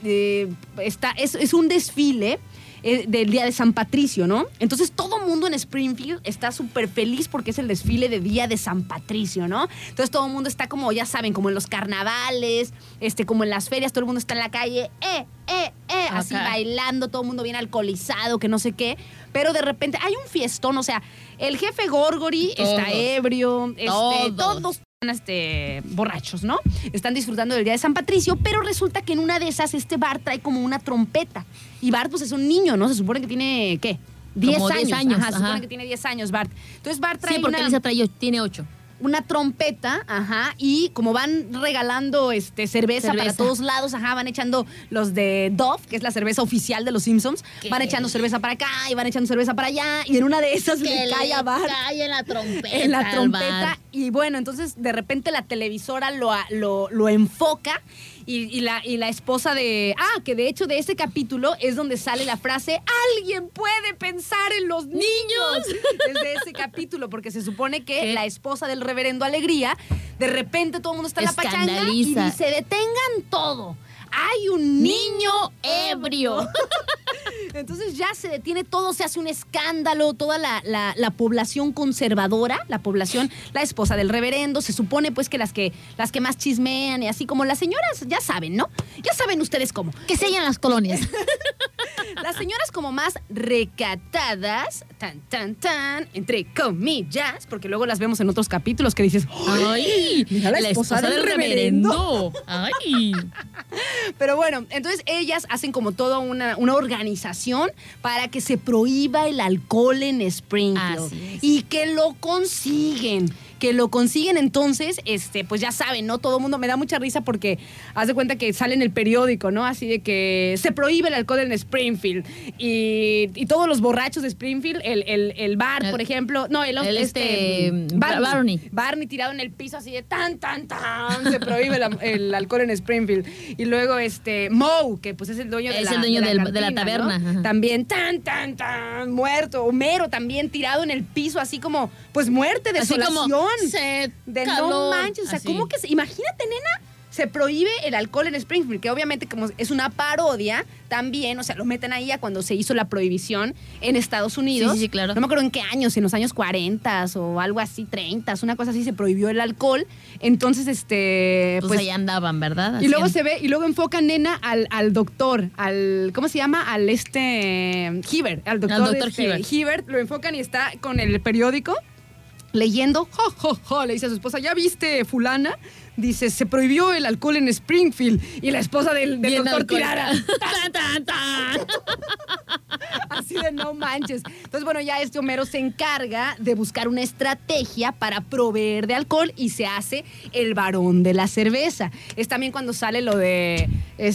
es un desfile del Día de San Patricio, ¿no? Entonces todo mundo en Springfield está súper feliz porque es el desfile de Día de San Patricio, ¿no? Entonces todo el mundo está como, ya saben, como en los carnavales, como en las ferias, todo el mundo está en la calle, así Acá. bailando, todo el mundo bien alcoholizado, que no sé qué, pero de repente hay un fiestón, o sea, el jefe Gorgory está ebrio, todos borrachos, ¿no? Están disfrutando del Día de San Patricio, pero resulta que en una de esas Bart trae como una trompeta. Y Bart pues es un niño, ¿no? Se supone que tiene, ¿qué? 10 Como años. 10 años, Ajá, se ajá. supone que tiene 10 años Bart. Entonces Bart trae Sí, porque una, Lisa tiene 8. una trompeta, ajá, y como van regalando cerveza para todos lados, ajá, van echando los de Dove, que es la cerveza oficial de los Simpsons, van echando cerveza para acá y van echando cerveza para allá, y en una de esas le cae a Bart cae en la trompeta. en la al trompeta, Bart. y bueno, entonces de repente la televisora lo enfoca. Y la esposa que de hecho de ese capítulo es donde sale la frase "alguien puede pensar en los niños". Es de ese capítulo, porque se supone que ¿Qué? la esposa del reverendo Alegría, de repente todo el mundo está en la pachanga y Escandaliza. dice: "Detengan todo. Hay un niño ebrio". Entonces ya se detiene todo, se hace un escándalo, toda la población conservadora, la esposa del reverendo, se supone pues que las que más chismean y así como las señoras, ya saben, ¿no? Ya saben ustedes cómo. Que se hallan las colonias. Las señoras como más recatadas, entre comillas, porque luego las vemos en otros capítulos que dices, ¡Ay! mira la esposa del reverendo. ¡Ay! Pero bueno, entonces ellas hacen como toda una organización para que se prohíba el alcohol en Springfield. Así es. Y que lo consiguen. Entonces, pues ya saben, ¿no? Todo el mundo me da mucha risa porque haz de cuenta que sale en el periódico, ¿no? Así de que se prohíbe el alcohol en Springfield. Y todos los borrachos de Springfield, el Bart, por ejemplo, no, Barney. Barney tirado en el piso así de tan, se prohíbe el alcohol en Springfield. Y luego Moe, que pues es el dueño de Es la el dueño de la cantina, taberna, ¿no? ajá. También muerto. Homero también tirado en el piso así como, pues muerte, Así desolación. como sed, De calor, no manches, o sea, así. ¿cómo que imagínate, nena? Se prohíbe el alcohol en Springfield, que obviamente como es una parodia también, o sea, lo meten ahí a cuando se hizo la prohibición en Estados Unidos. Sí, claro. No me acuerdo en qué años, en los años 40 o algo así, 30, una cosa así, se prohibió el alcohol. Entonces, Pues ahí andaban, ¿verdad? y luego Hacían- y luego enfocan, nena, al doctor, ¿cómo se llama? Al Hibbert, al doctor, Al doctor Hibbert. Hibbert, lo enfocan y está con el periódico leyendo, le dice a su esposa, ¿ya viste fulana? Dice, se prohibió el alcohol en Springfield. Y la esposa del Bien doctor alcohólica. tirara. ¡Tan, tan, tan! Así de no manches. Entonces, bueno, ya Homero se encarga de buscar una estrategia para proveer de alcohol y se hace el varón de la cerveza. Es también cuando sale lo de,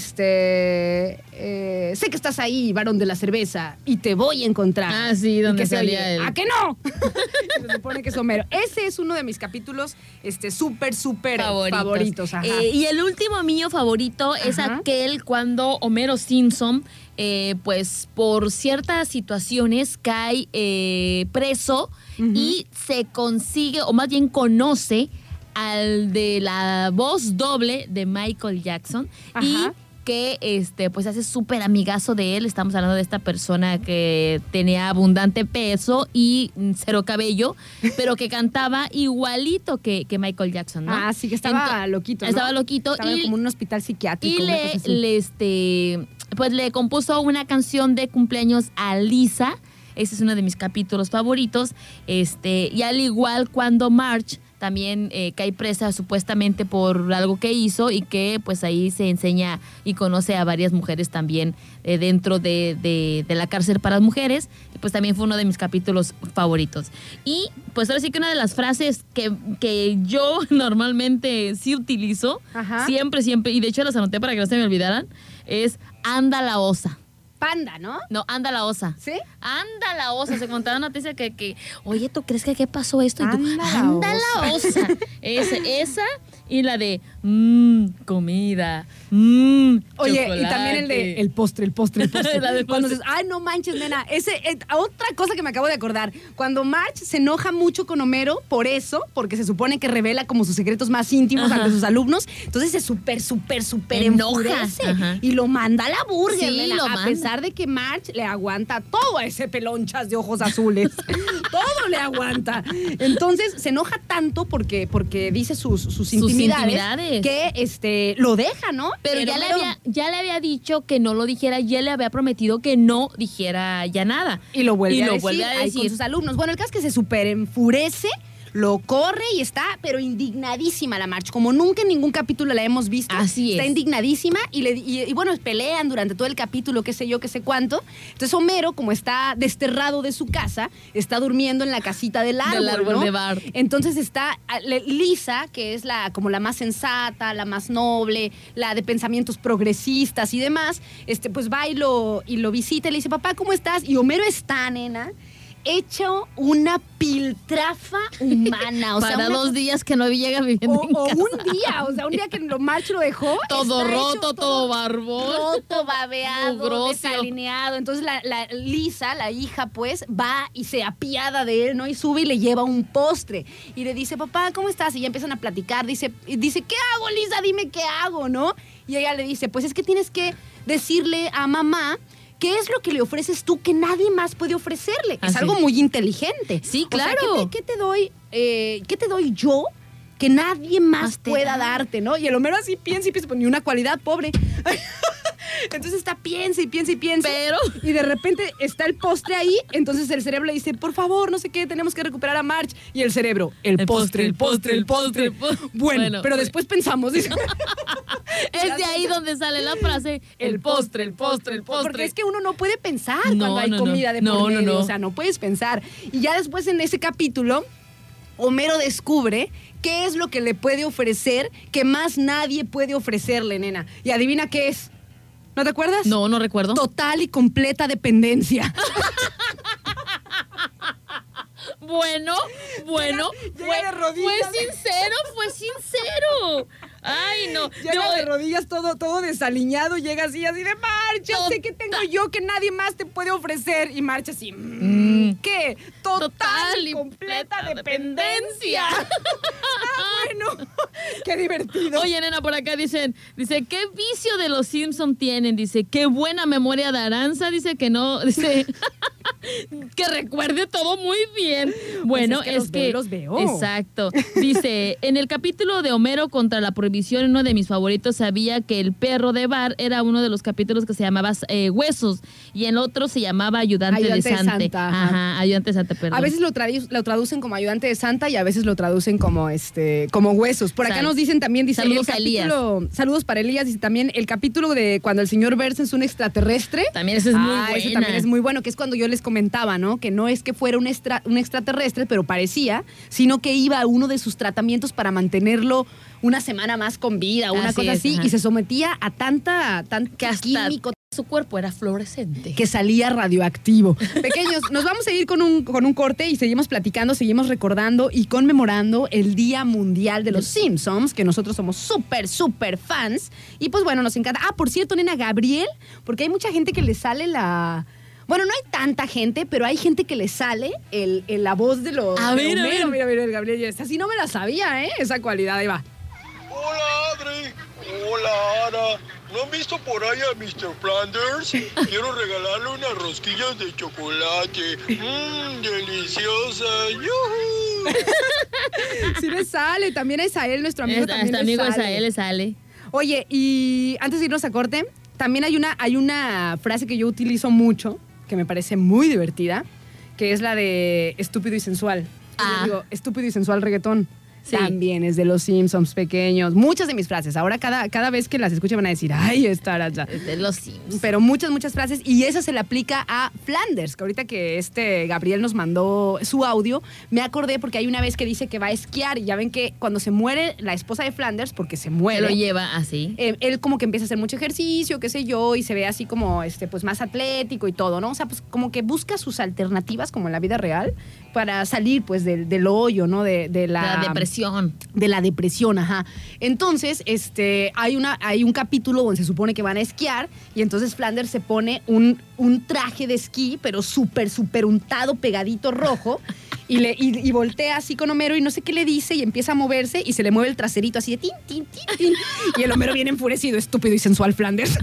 sé que estás ahí, varón de la cerveza, y te voy a encontrar. Ah, sí, donde Y que se salía oye, él. ¿a qué no? Se supone que es Homero. Ese es uno de mis capítulos súper favoritos. Ajá. Y el último mío favorito es Ajá. aquel cuando Homero Simpson, pues por ciertas situaciones cae preso y se consigue, o más bien conoce al de la voz doble de Michael Jackson. Ajá. Y que pues hace súper amigazo de él. Estamos hablando de esta persona que tenía abundante peso y cero cabello, pero que cantaba igualito que Michael Jackson, ¿no? Ah, sí, que estaba loquito, ¿no? Estaba loquito. Estaba como en un hospital psiquiátrico. Y una cosa así. pues le compuso una canción de cumpleaños a Lisa. Ese es uno de mis capítulos favoritos. Y al igual cuando Marge también cae presa supuestamente por algo que hizo y que pues ahí se enseña y conoce a varias mujeres también dentro de la cárcel para las mujeres, y pues también fue uno de mis capítulos favoritos. Y pues ahora sí que una de las frases que yo normalmente sí utilizo, Ajá. siempre, y de hecho las anoté para que no se me olvidaran, es anda la osa. Panda, ¿no? No, anda la osa. ¿Sí? Anda la osa. Se contaba una noticia que oye, ¿tú crees que qué pasó esto? Y tú, Anda la la osa. Esa y la de, comida, Oye, chocolate. y también el de el postre. La del Cuando postre. dices, ay, no manches, nena. Otra cosa que me acabo de acordar. Cuando Marge se enoja mucho con Homero por eso, porque se supone que revela como sus secretos más íntimos Ajá. ante sus alumnos, entonces se súper Enoja. enfurece Ajá. y lo manda a la burger, Sí, nena, lo a manda. pesar de que Marge le aguanta todo a ese pelonchas de ojos azules. Todo le aguanta. Entonces se enoja tanto porque dice sus intimidades que lo deja, ¿no? Pero Homero- ya le había dicho que no lo dijera, ya le había prometido que no dijera ya nada. Y lo vuelve, Y a, lo decir vuelve a ahí con decir. sus alumnos. Bueno, el caso es que se súper enfurece, lo corre y está, pero indignadísima la Marge. Como nunca en ningún capítulo la hemos visto. Así Está es. indignadísima y bueno, pelean durante todo el capítulo, qué sé yo, qué sé cuánto. Entonces Homero, como está desterrado de su casa, está durmiendo en la casita del árbol, ¿no? de Bart. Entonces está Lisa, que es como la más sensata, la más noble, la de pensamientos progresistas y demás, pues va y lo visita y le dice, papá, ¿cómo estás? Y Homero está, nena, hecho una piltrafa humana. O sea, Para una 2 días que no llega viviendo en o casa. un día que Marge lo dejó. Todo está roto, hecho todo barbón. roto, babeado, Mugroso. desalineado. Entonces la Lisa, la hija, pues, va y se apiada de él, ¿no? Y sube y le lleva un postre. Y le dice, papá, ¿cómo estás? Y ya empiezan a platicar. Dice, ¿qué hago, Lisa? Dime qué hago, ¿no? Y ella le dice, pues es que tienes que decirle a mamá ¿qué es lo que le ofreces tú que nadie más puede ofrecerle? Es Así. algo muy inteligente. Sí, O sea, claro. ¿qué te doy yo que nadie más te pueda da? darte, ¿no? Y el Homero así piensa y piensa, pues ni una cualidad, pobre. Entonces está piensa y piensa y piensa. Pero- Y de repente está el postre ahí, entonces el cerebro le dice, por favor, no sé qué, tenemos que recuperar a Marge. Y el cerebro, el postre. Bueno, pero después pensamos, dice. Es de ahí donde sale la frase, el postre. Porque es que uno no puede pensar No, cuando hay no, comida no. de No, por no, medio. no. O sea, no puedes pensar. Y ya después en ese capítulo, Homero descubre qué es lo que le puede ofrecer que más nadie puede ofrecerle, nena. Y adivina qué es. ¿No te acuerdas? No, no recuerdo. Total y completa dependencia. Bueno, Llega de rodillas. fue sincero. Ay, no. Llega de rodillas todo desaliñado, llega así de Marcha, sé que tengo yo que nadie más te puede ofrecer. Y Marcha así, ¿qué? Total y completa dependencia. Bueno, qué divertido. Oye, nena, por acá dice, ¿qué vicio de los Simpson tienen? Dice, qué buena memoria de Aranza, dice que no, dice, que recuerde todo muy bien. Bueno, es que los veo. Exacto. Dice, en el capítulo de Homero contra la prohibición, uno de mis favoritos, sabía que el perro de Bart era uno de los capítulos que se llamaba Huesos, y en otro se llamaba Ayudante de Santa. Ajá, Ayudante de Santa, perdón. A veces lo traducen como ayudante de Santa y a veces lo traducen como como huesos. Por acá nos dicen también, dice Saludos el a Elías. capítulo, saludos para Elías, dice también el capítulo de cuando el señor Burns es un extraterrestre. También ese es muy Ese buena. también es muy bueno, que es cuando yo les comentaba, ¿no? Que no es que fuera un extraterrestre, pero parecía, sino que iba a uno de sus tratamientos para mantenerlo una semana más con vida, una Así cosa es, así, ajá. y se sometía a tanta que hasta químico su cuerpo era fluorescente. que salía radioactivo. Pequeños, nos vamos a ir con un corte y seguimos platicando, seguimos recordando y conmemorando el Día Mundial de los Simpsons, que nosotros somos súper fans. Y pues bueno, nos encanta. Ah, por cierto, nena, Gabriel, porque hay mucha gente que le sale la... Bueno, no hay tanta gente, pero hay gente que le sale la voz de los... A ver, de a Homero. ver. Mira, el Gabriel, esa sí no me la sabía, esa cualidad, ahí va. Hola Adri, hola Ana. ¿No han visto por ahí a Mr. Flanders? Quiero regalarle unas rosquillas de chocolate. Deliciosas. ¡Yujú! Sí le sale, también a Isael, nuestro amigo también Hasta le amigo sale. Isael le sale. Oye, y antes de irnos a corte, también hay una frase que yo utilizo mucho, que me parece muy divertida, que es la de estúpido y sensual. Ah. Yo digo, estúpido y sensual reggaetón. Sí. también es de los Simpsons pequeños. Muchas de mis frases. Ahora cada vez que las escuchen van a decir, ay, esta Aranza. Es de los Sims. Pero muchas frases. Y esa se le aplica a Flanders, que ahorita que Gabriel nos mandó su audio, me acordé porque hay una vez que dice que va a esquiar. Y ya ven que cuando se muere la esposa de Flanders, porque se muere. Se lo lleva así. Él como que empieza a hacer mucho ejercicio, qué sé yo, y se ve así como pues más atlético y todo, ¿no? O sea, pues como que busca sus alternativas como en la vida real para salir pues del hoyo, ¿no? De la depresión. De la depresión, ajá. Entonces, hay un capítulo donde se supone que van a esquiar y entonces Flanders se pone un traje de esquí, pero súper untado, pegadito rojo. Y voltea así con Homero y no sé qué le dice y empieza a moverse y se le mueve el traserito así de tin, tin, tin, tin. Y el Homero viene enfurecido, estúpido y sensual Flanders.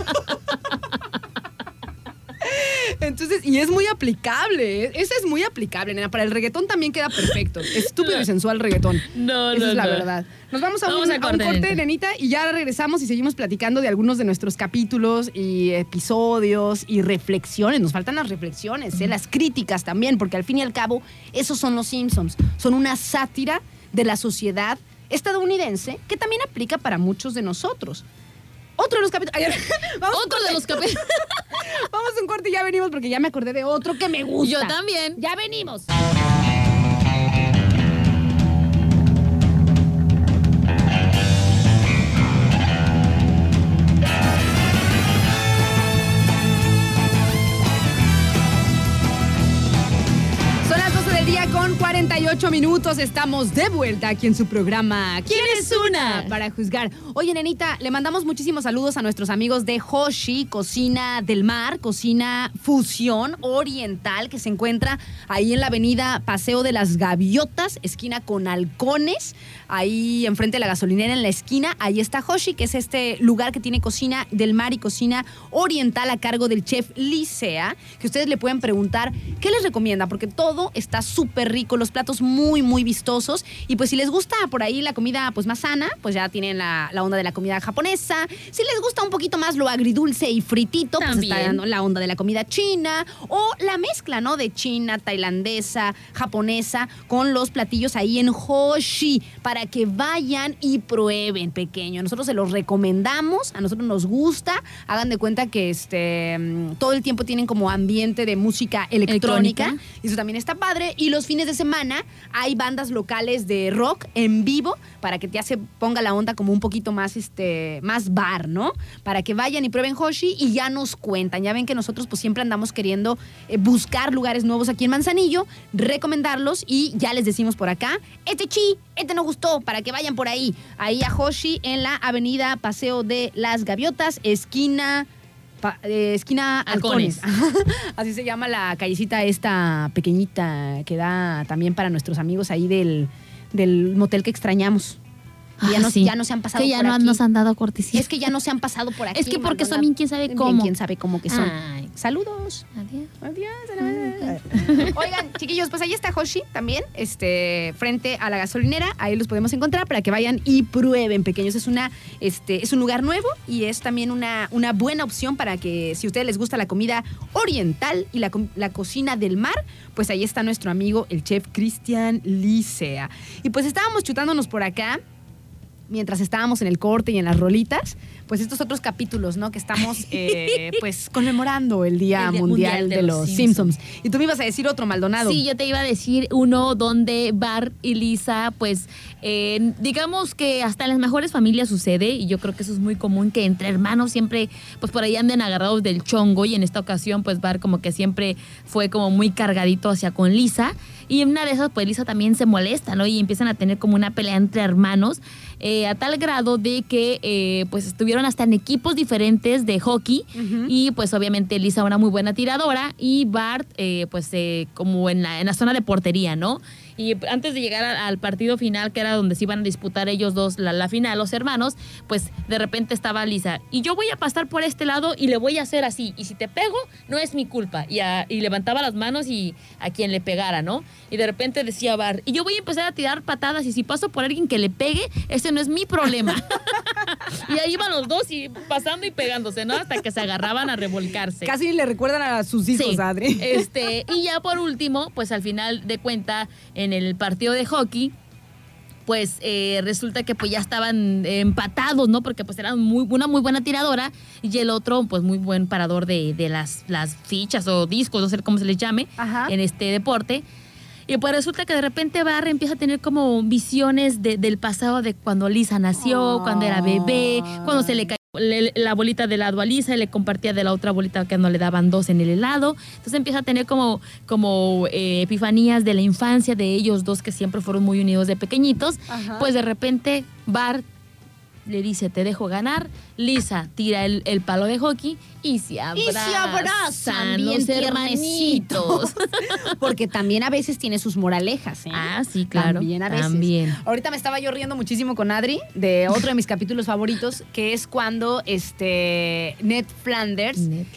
Entonces, y es muy aplicable. Esa es muy aplicable, nena. Para el reggaetón también queda perfecto. Estúpido y sensual reggaetón. Esa es la verdad. Nos vamos a un corte, nenita, y ya regresamos y seguimos platicando de algunos de nuestros capítulos y episodios y reflexiones. Nos faltan las reflexiones, las críticas también, porque al fin y al cabo, esos son los Simpsons. Son una sátira de la sociedad estadounidense que también aplica para muchos de nosotros. Otro de los capítulos. Vamos a un corte y ya venimos porque ya me acordé de otro que me gusta. Yo también. Ya venimos. Son las 12 del día con 48 minutos. Estamos de vuelta aquí en su programa ¿Quién es una? Para juzgar. Oye, nenita, le mandamos muchísimos saludos a nuestros amigos de Hoshi, Cocina del Mar, Cocina Fusión Oriental, que se encuentra ahí en la avenida Paseo de las Gaviotas, esquina con Halcones, ahí enfrente de la gasolinera en la esquina. Ahí está Hoshi, que es este lugar que tiene cocina del mar y cocina oriental a cargo del chef Licea, que ustedes le pueden preguntar qué les recomienda, porque todo está súper rico, los platos muy vistosos. Y pues si les gusta por ahí la comida pues más sana, pues ya tienen la onda de la comida japonesa. Si les gusta un poquito más lo agridulce y fritito, pues está dando la onda de la comida china o la mezcla, ¿no? De china, tailandesa, japonesa, con los platillos ahí en Hoshi, para que vayan y prueben, pequeño. Nosotros se los recomendamos, a nosotros nos gusta. Hagan de cuenta que todo el tiempo tienen como ambiente de música electrónica. Y eso también está padre. Y los fines de semana hay bandas locales de rock en vivo para que ponga la onda como un poquito más bar, ¿no? Para que vayan y prueben Hoshi y ya nos cuentan. Ya ven que nosotros pues siempre andamos queriendo buscar lugares nuevos aquí en Manzanillo, recomendarlos y ya les decimos por acá, este no gustó, para que vayan por ahí a Hoshi en la avenida Paseo de las Gaviotas, esquina Halcones. Así se llama la callecita esta pequeñita que da también para nuestros amigos ahí del motel que extrañamos. Ya no se han pasado que ya por no aquí. Nos han dado cortesía. Es que ya no se han pasado por aquí. Es que porque son bien quién sabe cómo. Que son. Ay. Saludos. Adiós. Oigan, chiquillos, pues ahí está Hoshi también, frente a la gasolinera. Ahí los podemos encontrar para que vayan y prueben, pequeños. Es un lugar nuevo y es también una buena opción para que, si a ustedes les gusta la comida oriental y la cocina del mar, pues ahí está nuestro amigo, el chef Cristian Licea. Y pues estábamos chutándonos por acá, mientras estábamos en el corte y en las rolitas, pues estos otros capítulos, ¿no? Que estamos pues conmemorando el Día Mundial de los Simpsons. Y tú me ibas a decir otro, Maldonado. Sí, yo te iba a decir uno donde Bart y Lisa, pues, digamos que hasta en las mejores familias sucede, y yo creo que eso es muy común, que entre hermanos siempre, pues por ahí anden agarrados del chongo, y en esta ocasión, pues Bart como que siempre fue como muy cargadito hacia con Lisa, y en una de esas, pues Lisa también se molesta, ¿no? Y empiezan a tener como una pelea entre hermanos, a tal grado de que pues estuvieron hasta en equipos diferentes de hockey. Y pues obviamente Lisa una muy buena tiradora y Bart pues como en la zona de portería, ¿no? Y antes de llegar al partido final, que era donde se iban a disputar ellos dos la final, los hermanos, pues de repente estaba Lisa, y yo voy a pasar por este lado y le voy a hacer así, y si te pego, no es mi culpa. Y levantaba las manos y a quien le pegara, ¿no? Y de repente decía Bart, y yo voy a empezar a tirar patadas, y si paso por alguien que le pegue, ese no es mi problema. Y ahí iban los dos y pasando y pegándose, ¿no? Hasta que se agarraban a revolcarse. Casi le recuerdan a sus hijos, sí. Adri. Y ya por último, pues al final de cuenta, en el partido de hockey, pues resulta que pues ya estaban empatados, ¿no? Porque pues era una muy buena tiradora y el otro pues muy buen parador de las fichas o discos, no sé cómo se les llame, en este deporte. Y pues resulta que de repente Barry empieza a tener como visiones del pasado de cuando Lisa nació, cuando era bebé, cuando se le cayó la bolita de helado a Lisa y le compartía de la otra bolita que no le daban 2 en el helado. Entonces empieza a tener como epifanías de la infancia de ellos dos que siempre fueron muy unidos de pequeñitos. Pues de repente Bart le dice, te dejo ganar. Lisa tira el palo de hockey y se abrazan bien los hermanitos. Porque también a veces tiene sus moralejas, ¿eh? Ah, sí, claro. También a veces. También. Ahorita me estaba yo riendo muchísimo con Adri de otro de mis capítulos favoritos, que es cuando Ned Flanders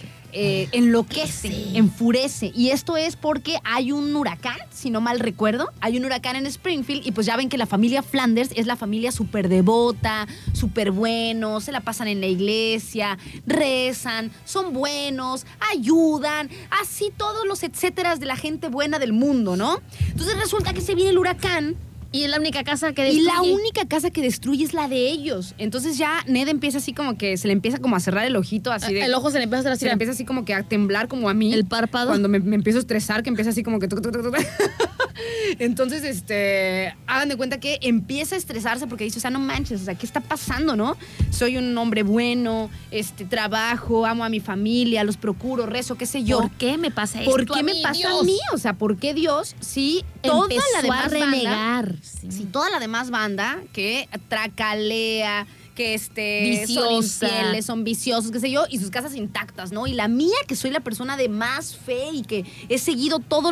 enloquece, enfurece. Y esto es porque hay un huracán, si no mal recuerdo. Hay un huracán en Springfield y pues ya ven que la familia Flanders es la familia súper devota, súper buenos, se la pasan en la iglesia, rezan, son buenos, ayudan, así todos los etcéteras de la gente buena del mundo, ¿no? Entonces resulta que se viene el huracán. Y es la única casa que destruye. Y la única casa que destruye es la de ellos. Entonces ya Ned empieza así como que se le empieza como a cerrar el ojito así de... El ojo se le empieza a hacer así. Se le empieza así como que a temblar como a mí. El párpado. Cuando me empiezo a estresar, que empieza así como que... Entonces, hagan de cuenta que empieza a estresarse porque dice, o sea, no manches, o sea, ¿qué está pasando, no? Soy un hombre bueno, trabajo, amo a mi familia, los procuro, rezo, qué sé yo. ¿Por qué me pasa esto? ¿Por qué me pasa a mí? O sea, ¿por qué Dios, sí, toda la demás renegar? Sí, toda la demás banda que tracalea, que viciosa, son infieles, son viciosos, qué sé yo, y sus casas intactas, ¿no? Y la mía, que soy la persona de más fe y que he seguido todo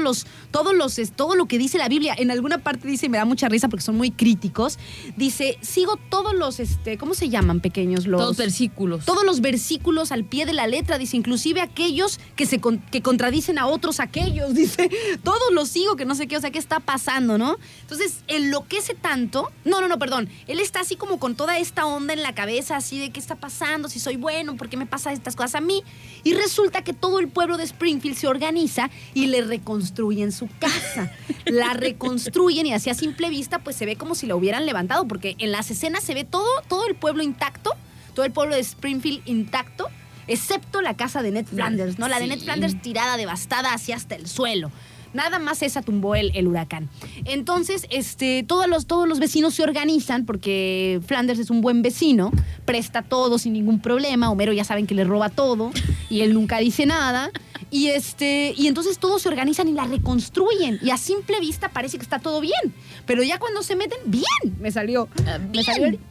lo que dice la Biblia. En alguna parte dice, y me da mucha risa porque son muy críticos, dice, sigo todos los, ¿cómo se llaman, pequeños? Todos versículos. Todos los versículos al pie de la letra, dice, inclusive aquellos que contradicen a otros aquellos, dice, todos los sigo, que no sé qué, o sea, ¿qué está pasando, no? Entonces, enloquece tanto, perdón, él está así como con toda esta onda en la cabeza, así de qué está pasando, si soy bueno, por qué me pasan estas cosas a mí. Y resulta que todo el pueblo de Springfield se organiza y le reconstruyen su casa. La reconstruyen y así a simple vista pues se ve como si la hubieran levantado, porque en las escenas se ve todo el pueblo intacto, todo el pueblo de Springfield intacto, excepto la casa de Ned Flanders, ¿no? La de Ned Flanders tirada, devastada, así hasta el suelo. Nada más esa tumbó el huracán. Entonces, todos los vecinos se organizan porque Flanders es un buen vecino, presta todo sin ningún problema. Homero ya saben que le roba todo y él nunca dice nada. Y entonces todos se organizan y la reconstruyen. Y a simple vista parece que está todo bien. Pero ya cuando se meten, bien, me salió. Me salió el...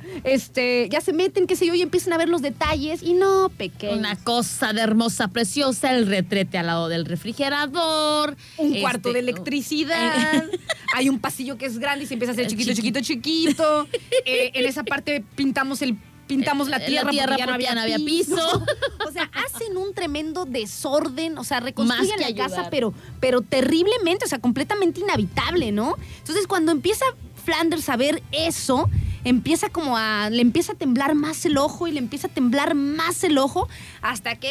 ya se meten, qué sé yo, y empiezan a ver los detalles y no, pequeño. Una cosa de hermosa, preciosa, el retrete al lado del refrigerador. Un cuarto de electricidad. Hay un pasillo que es grande y se empieza a hacer chiquito. En esa parte pintamos la tierra porque ya no había piso. O sea, hacen un tremendo desorden, o sea, reconstruyen la casa, pero terriblemente, o sea, completamente inhabitable, ¿no? Entonces, cuando empieza Flanders a ver eso, le empieza a temblar más el ojo y le empieza a temblar más el ojo hasta que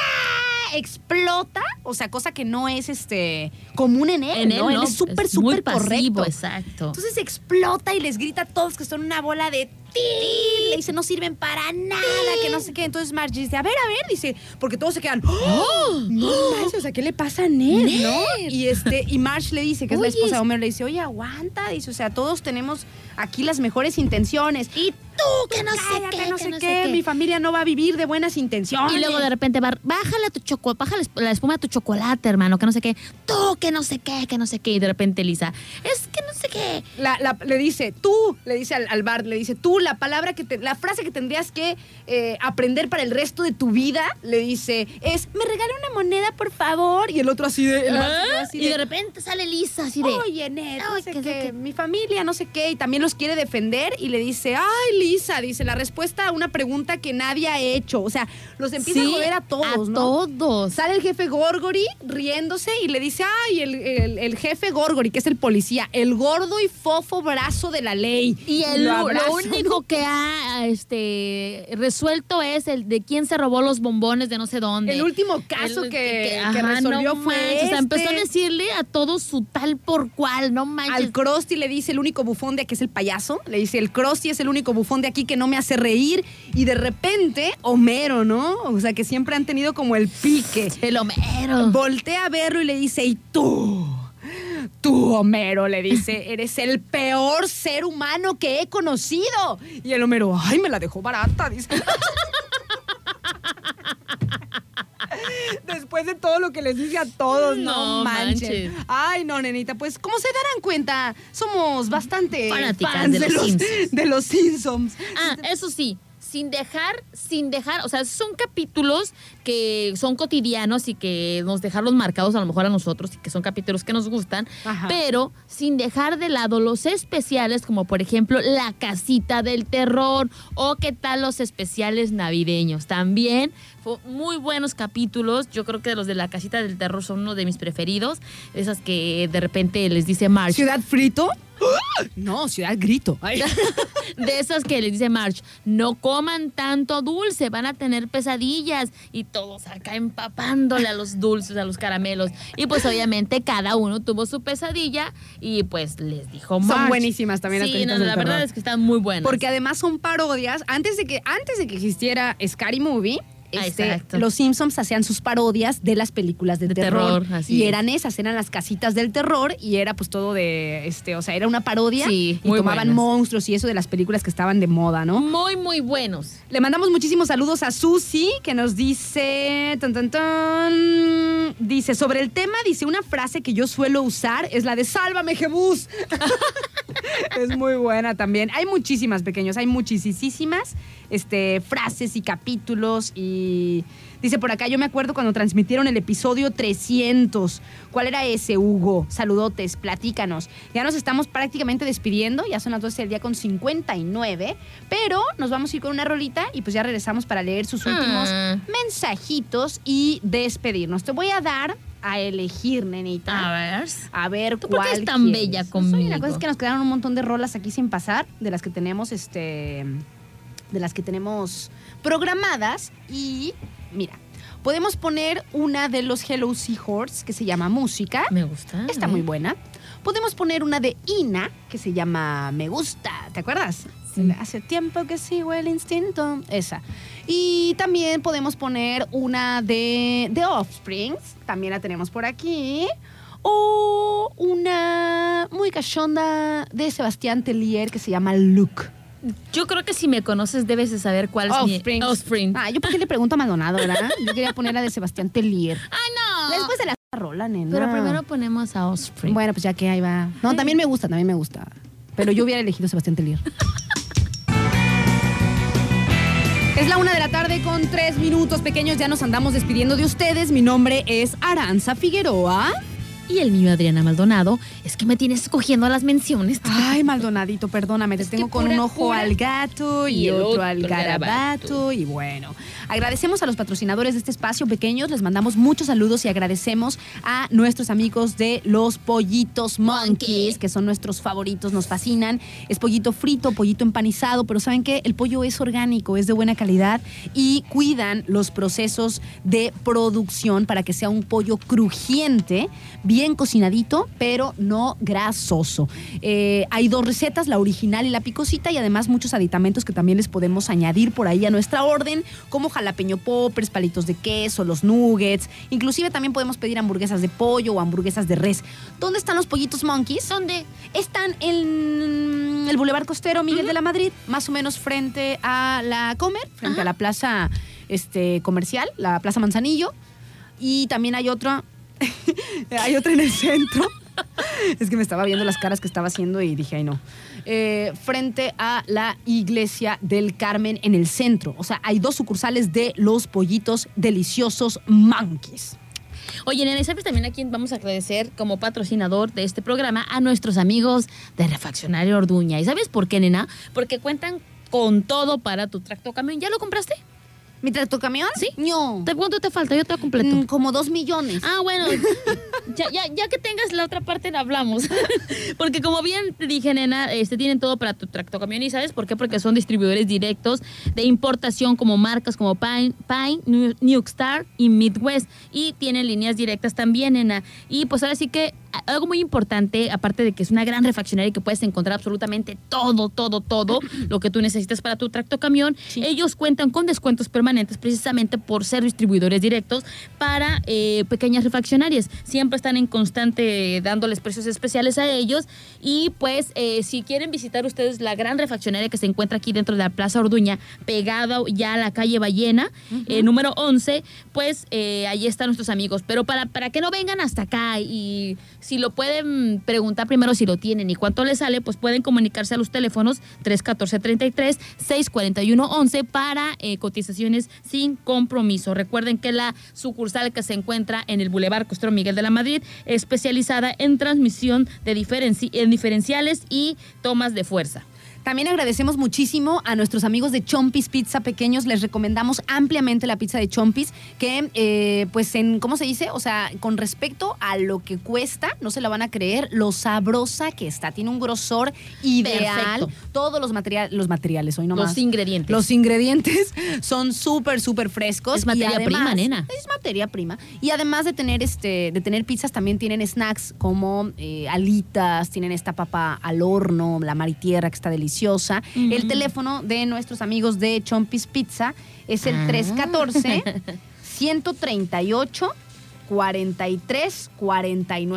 explota, o sea, cosa que no es común en él, ¿no? Él es súper correcto. Exacto. Entonces explota y les grita a todos que son una bola de le dice, no sirven para nada, que no sé qué. Entonces Marge dice, a ver, dice, porque todos se quedan, no manches, o sea, ¿qué le pasa a Ned? ¿No? Y Marge le dice, que es la esposa de Homer, le dice, oye, aguanta, dice, o sea, todos tenemos aquí las mejores intenciones. Y tú, que no sé qué, mi familia no va a vivir de buenas intenciones. Y luego de repente bájale la espuma de tu chocolate, hermano, que no sé qué. Tú, que no sé qué. Y de repente Lisa, es que no sé qué. Le dice al Bart, le dice, tú, la frase que tendrías que aprender para el resto de tu vida, le dice, es, ¿me regala una moneda, por favor? Y el otro así de... Y de repente sale Lisa así de... Oye, Ned, no sé qué, mi familia, no sé qué, y también los quiere defender, y le dice, ay, Lisa, dice, la respuesta a una pregunta que nadie ha hecho. O sea, los empieza a joder a todos, ¿no? A todos. Sale el jefe Gorgory riéndose y le dice, ay, el jefe Gorgory, que es el policía, el gordo y fofo brazo de la ley. Y Lo lo abraza, único que ha resuelto es el de quién se robó los bombones de no sé dónde. El último caso que resolvió fue manches, o sea, empezó a este. decirle a todos su tal por cual, no manches. Al Krusty le dice el único bufón de aquí es el payaso. Le dice, el Krusty es el único bufón de aquí que no me hace reír. Y de repente, Homero, ¿no? O sea, que siempre han tenido como el pique. El Homero. Voltea a verlo y le dice, ¿y tú? Tú, Homero, le dice, eres el peor ser humano que he conocido. Y el Homero, ay, me la dejó barata, dice. Después de todo lo que les dije a todos, no manches. Ay, no, nenita, pues como se darán cuenta, somos bastante fanáticas fans de los Simpsons. Ah, eso sí, sin dejar, o sea, son capítulos que son cotidianos y que nos dejaron marcados a lo mejor a nosotros y que son capítulos que nos gustan, Ajá. pero sin dejar de lado los especiales como por ejemplo La Casita del Terror o qué tal los especiales navideños. También fue muy buenos capítulos. Yo creo que los de La Casita del Terror son uno de mis preferidos. Esas que de repente les dice Marge. ¿Ciudad Frito? No, Ciudad Grito. Ay. De esas que les dice Marge, no coman tanto dulce, van a tener pesadillas. Y todos acá empapándole a los dulces, a los caramelos. Y pues obviamente cada uno tuvo su pesadilla y pues les dijo Marge. Son buenísimas también las Sí, casitas no, del la terror. verdad es que están muy buenas. Porque además son parodias. Antes de que existiera Scary Movie, exacto. los Simpsons hacían sus parodias de las películas de terror. así Y es. eran las casitas del terror. Y era pues todo de, o sea, era una parodia. Sí, y muy tomaban buenas. monstruos y eso de las películas que estaban de moda, ¿no? Muy, muy buenos. Le mandamos muchísimos saludos a Susi, que nos dice, dice, sobre el tema, dice, una frase que yo suelo usar es la de ¡sálvame, Jebús! Es muy buena también. Hay muchísimas, pequeños, hay muchísimas frases y capítulos y... Dice por acá, yo me acuerdo cuando transmitieron el episodio 300. ¿Cuál era ese, Hugo? Saludotes, platícanos. Ya nos estamos prácticamente despidiendo, ya son las 12 del día con 59, pero nos vamos a ir con una rolita y pues ya regresamos para leer sus últimos mensajitos y despedirnos. Te voy a dar a elegir, nenita. A ver ¿Tú cuál por qué es tan quieres. bella Pues, conmigo? oye, la cosa es que nos quedaron un montón de rolas aquí sin pasar, de las que tenemos, de las que tenemos programadas y... Mira, podemos poner una de los Hello Seahorse que se llama Música. Me gusta. Está muy buena. Podemos poner una de Ina que se llama Me Gusta. ¿Te acuerdas? Sí. Hace tiempo que sigo el instinto. Esa. Y también podemos poner una de The Offspring. También la tenemos por aquí. O una muy cachonda de Sebastián Tellier que se llama Look. Yo creo que si me conoces debes de saber cuál es mi Offspring. Ah, yo por qué le pregunto a Maldonado, ¿verdad? Yo quería poner la de Sebastián Tellier. ¡Ay, no! Después de la rola, nena. Pero primero ponemos a Offspring. Bueno, pues ya que ahí va. No, también me gusta. Pero yo hubiera elegido Sebastián Tellier. Es la 1 de la tarde con 3 minutos, pequeños. Ya nos andamos despidiendo de ustedes. Mi nombre es Aranza Figueroa. Y el mío, Adriana Maldonado. Es que me tienes cogiendo a las menciones. Ay, Maldonadito, perdóname. Te tengo con un ojo al gato y otro al garabato. Y bueno, agradecemos a los patrocinadores de este espacio, pequeños. Les mandamos muchos saludos y agradecemos a nuestros amigos de los Pollitos Monkeys, que son nuestros favoritos, nos fascinan. Es pollito frito, pollito empanizado, pero ¿saben qué? El pollo es orgánico, es de buena calidad y cuidan los procesos de producción para que sea un pollo crujiente, bien cocinadito, pero no grasoso. Hay 2 recetas, la original y la picosita, y además muchos aditamentos que también les podemos añadir por ahí a nuestra orden, como jalapeño poppers, palitos de queso, los nuggets. Inclusive también podemos pedir hamburguesas de pollo o hamburguesas de res. ¿Dónde están los Pollitos Monkeys? ¿Dónde? Están en el Boulevard Costero Miguel de la Madrid, más o menos frente a la Comer, frente a la plaza comercial, la Plaza Manzanillo. Y también hay otra... Hay otra en el centro. Es que me estaba viendo las caras que estaba haciendo y dije, ay no. Frente a la Iglesia del Carmen en el centro. O sea, hay 2 sucursales de los Pollitos Deliciosos Monkeys. Oye, nena, ¿sabes también a quién vamos a agradecer como patrocinador de este programa? A nuestros amigos de Refaccionario Orduña. ¿Y sabes por qué, nena? Porque cuentan con todo para tu tracto camión. ¿Ya lo compraste? ¿Mi tractocamión? Sí. No. ¿Cuánto te falta? Yo te completo. Como 2 millones. Ah, bueno, ya que tengas la otra parte, hablamos. Porque como bien te dije, nena, tienen todo para tu tractocamión. ¿Y sabes por qué? Porque son distribuidores directos de importación como marcas como Pine, New Star y Midwest. Y tienen líneas directas también, nena. Y pues ahora sí que algo muy importante, aparte de que es una gran refaccionaria y que puedes encontrar absolutamente todo lo que tú necesitas para tu tractocamión, ellos cuentan con descuentos permanentes precisamente por ser distribuidores directos para pequeñas refaccionarias. Siempre están en constante dándoles precios especiales a ellos y pues si quieren visitar ustedes la gran refaccionaria que se encuentra aquí dentro de la Plaza Orduña, pegada ya a la calle Ballena, número 11, pues ahí están nuestros amigos. Pero para que no vengan hasta acá y si lo pueden preguntar primero si lo tienen y cuánto les sale, pues pueden comunicarse a los teléfonos 314-33, 641-11 para cotizaciones sin compromiso. Recuerden que la sucursal que se encuentra en el Boulevard Costero Miguel de la Madrid, especializada en transmisión de diferenciales y tomas de fuerza. También agradecemos muchísimo a nuestros amigos de Chompis Pizza Pequeños. Les recomendamos ampliamente la pizza de Chompis, que pues ¿cómo se dice? O sea, con respecto a lo que cuesta, no se la van a creer, lo sabrosa que está. Tiene un grosor ideal. Perfecto. Todos los materiales, hoy nomás. Los ingredientes. Los ingredientes son súper frescos. Es materia y además, prima, nena. Es materia prima. Y además de tener pizzas, también tienen snacks como alitas, tienen esta papa al horno, la maritierra que está deliciosa. El teléfono de nuestros amigos de Chompis Pizza es el 314-138 4349.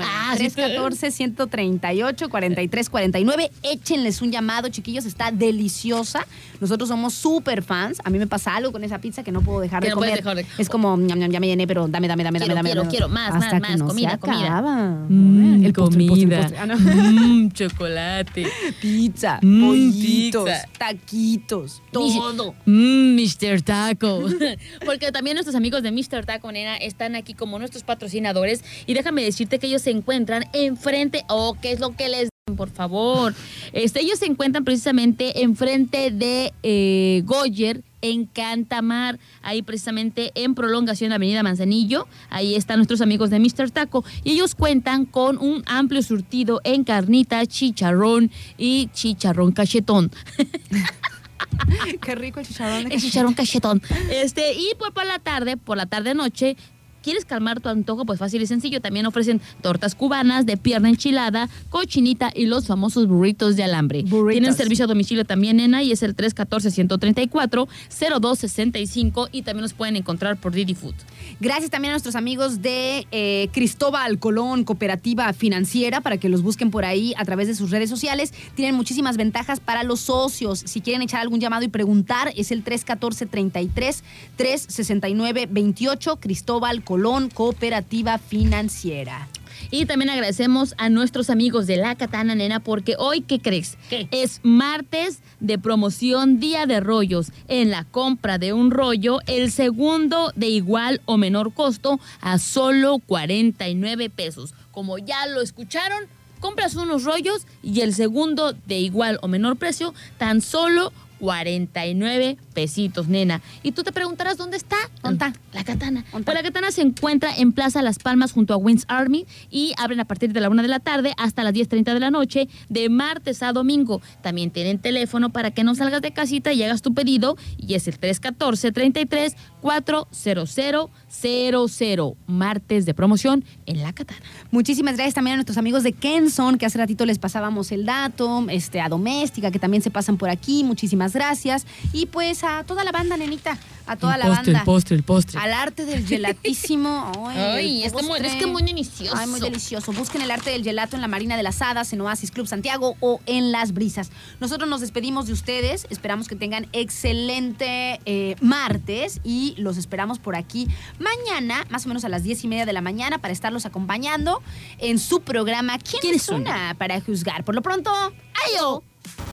314-138-4349. Échenles un llamado, chiquillos, está deliciosa. Nosotros somos súper fans. A mí me pasa algo con esa pizza que no puedo dejar de comer. Es como, ya me llené, pero dame. Quiero más, hasta más, que no comida, se comida. acaba. El postre. Ah, no. Chocolate. Pizza, pollitos, pizza. taquitos, todo. Mr. Taco. Porque también nuestros amigos de Mr. Taco, nena, están aquí como nuestros patrocinadores. Y déjame decirte que ellos se encuentran enfrente. ¿Qué es lo que les dicen, por favor? Ellos se encuentran precisamente enfrente de Goyer, en Cantamar, ahí precisamente en prolongación de Avenida Manzanillo. Ahí están nuestros amigos de Mr. Taco y ellos cuentan con un amplio surtido en carnita, chicharrón y chicharrón cachetón. Qué rico el chicharrón. El chicharrón cachetón. Y por la tarde noche, ¿quieres calmar tu antojo? Pues fácil y sencillo. También ofrecen tortas cubanas de pierna enchilada, cochinita y los famosos burritos de alambre. Tienen servicio a domicilio también, nena, y es el 314-134-0265 y también los pueden encontrar por Didi Food. Gracias también a nuestros amigos de Cristóbal Colón Cooperativa Financiera, para que los busquen por ahí a través de sus redes sociales. Tienen muchísimas ventajas para los socios. Si quieren echar algún llamado y preguntar, es el 314-33-369-28, Cristóbal Colón Cooperativa Financiera. Y también agradecemos a nuestros amigos de La Katana, nena, porque hoy, ¿qué crees? ¿Qué? Es martes de promoción, día de rollos. En la compra de un rollo, el segundo de igual o menor costo a solo 49 pesos. Como ya lo escucharon, compras unos rollos y el segundo de igual o menor precio, tan solo 49 pesitos, nena. Y tú te preguntarás, ¿dónde está? ¿Dónde está? La Katana. Pues La Katana se encuentra en Plaza Las Palmas junto a Wings Army y abren a partir de la 1 de la tarde hasta las 10:30 de la noche, de martes a domingo. También tienen teléfono para que no salgas de casita y hagas tu pedido y es el 314-33-40000. Martes de promoción en La Katana. Muchísimas gracias también a nuestros amigos de Kenson, que hace ratito les pasábamos el dato, a Doméstica, que también se pasan por aquí. Muchísimas gracias. Y pues a toda la banda, nenita, a toda la banda. El postre. Al arte del gelatísimo. Ay, es que muy delicioso. Ay, muy delicioso. Busquen el arte del gelato en la Marina de las Hadas, en Oasis Club Santiago o en Las Brisas. Nosotros nos despedimos de ustedes. Esperamos que tengan excelente martes y los esperamos por aquí mañana, más o menos a las 10:30 de la mañana, para estarlos acompañando en su programa ¿Quién es una? Para juzgar. Por lo pronto, ¡ayo!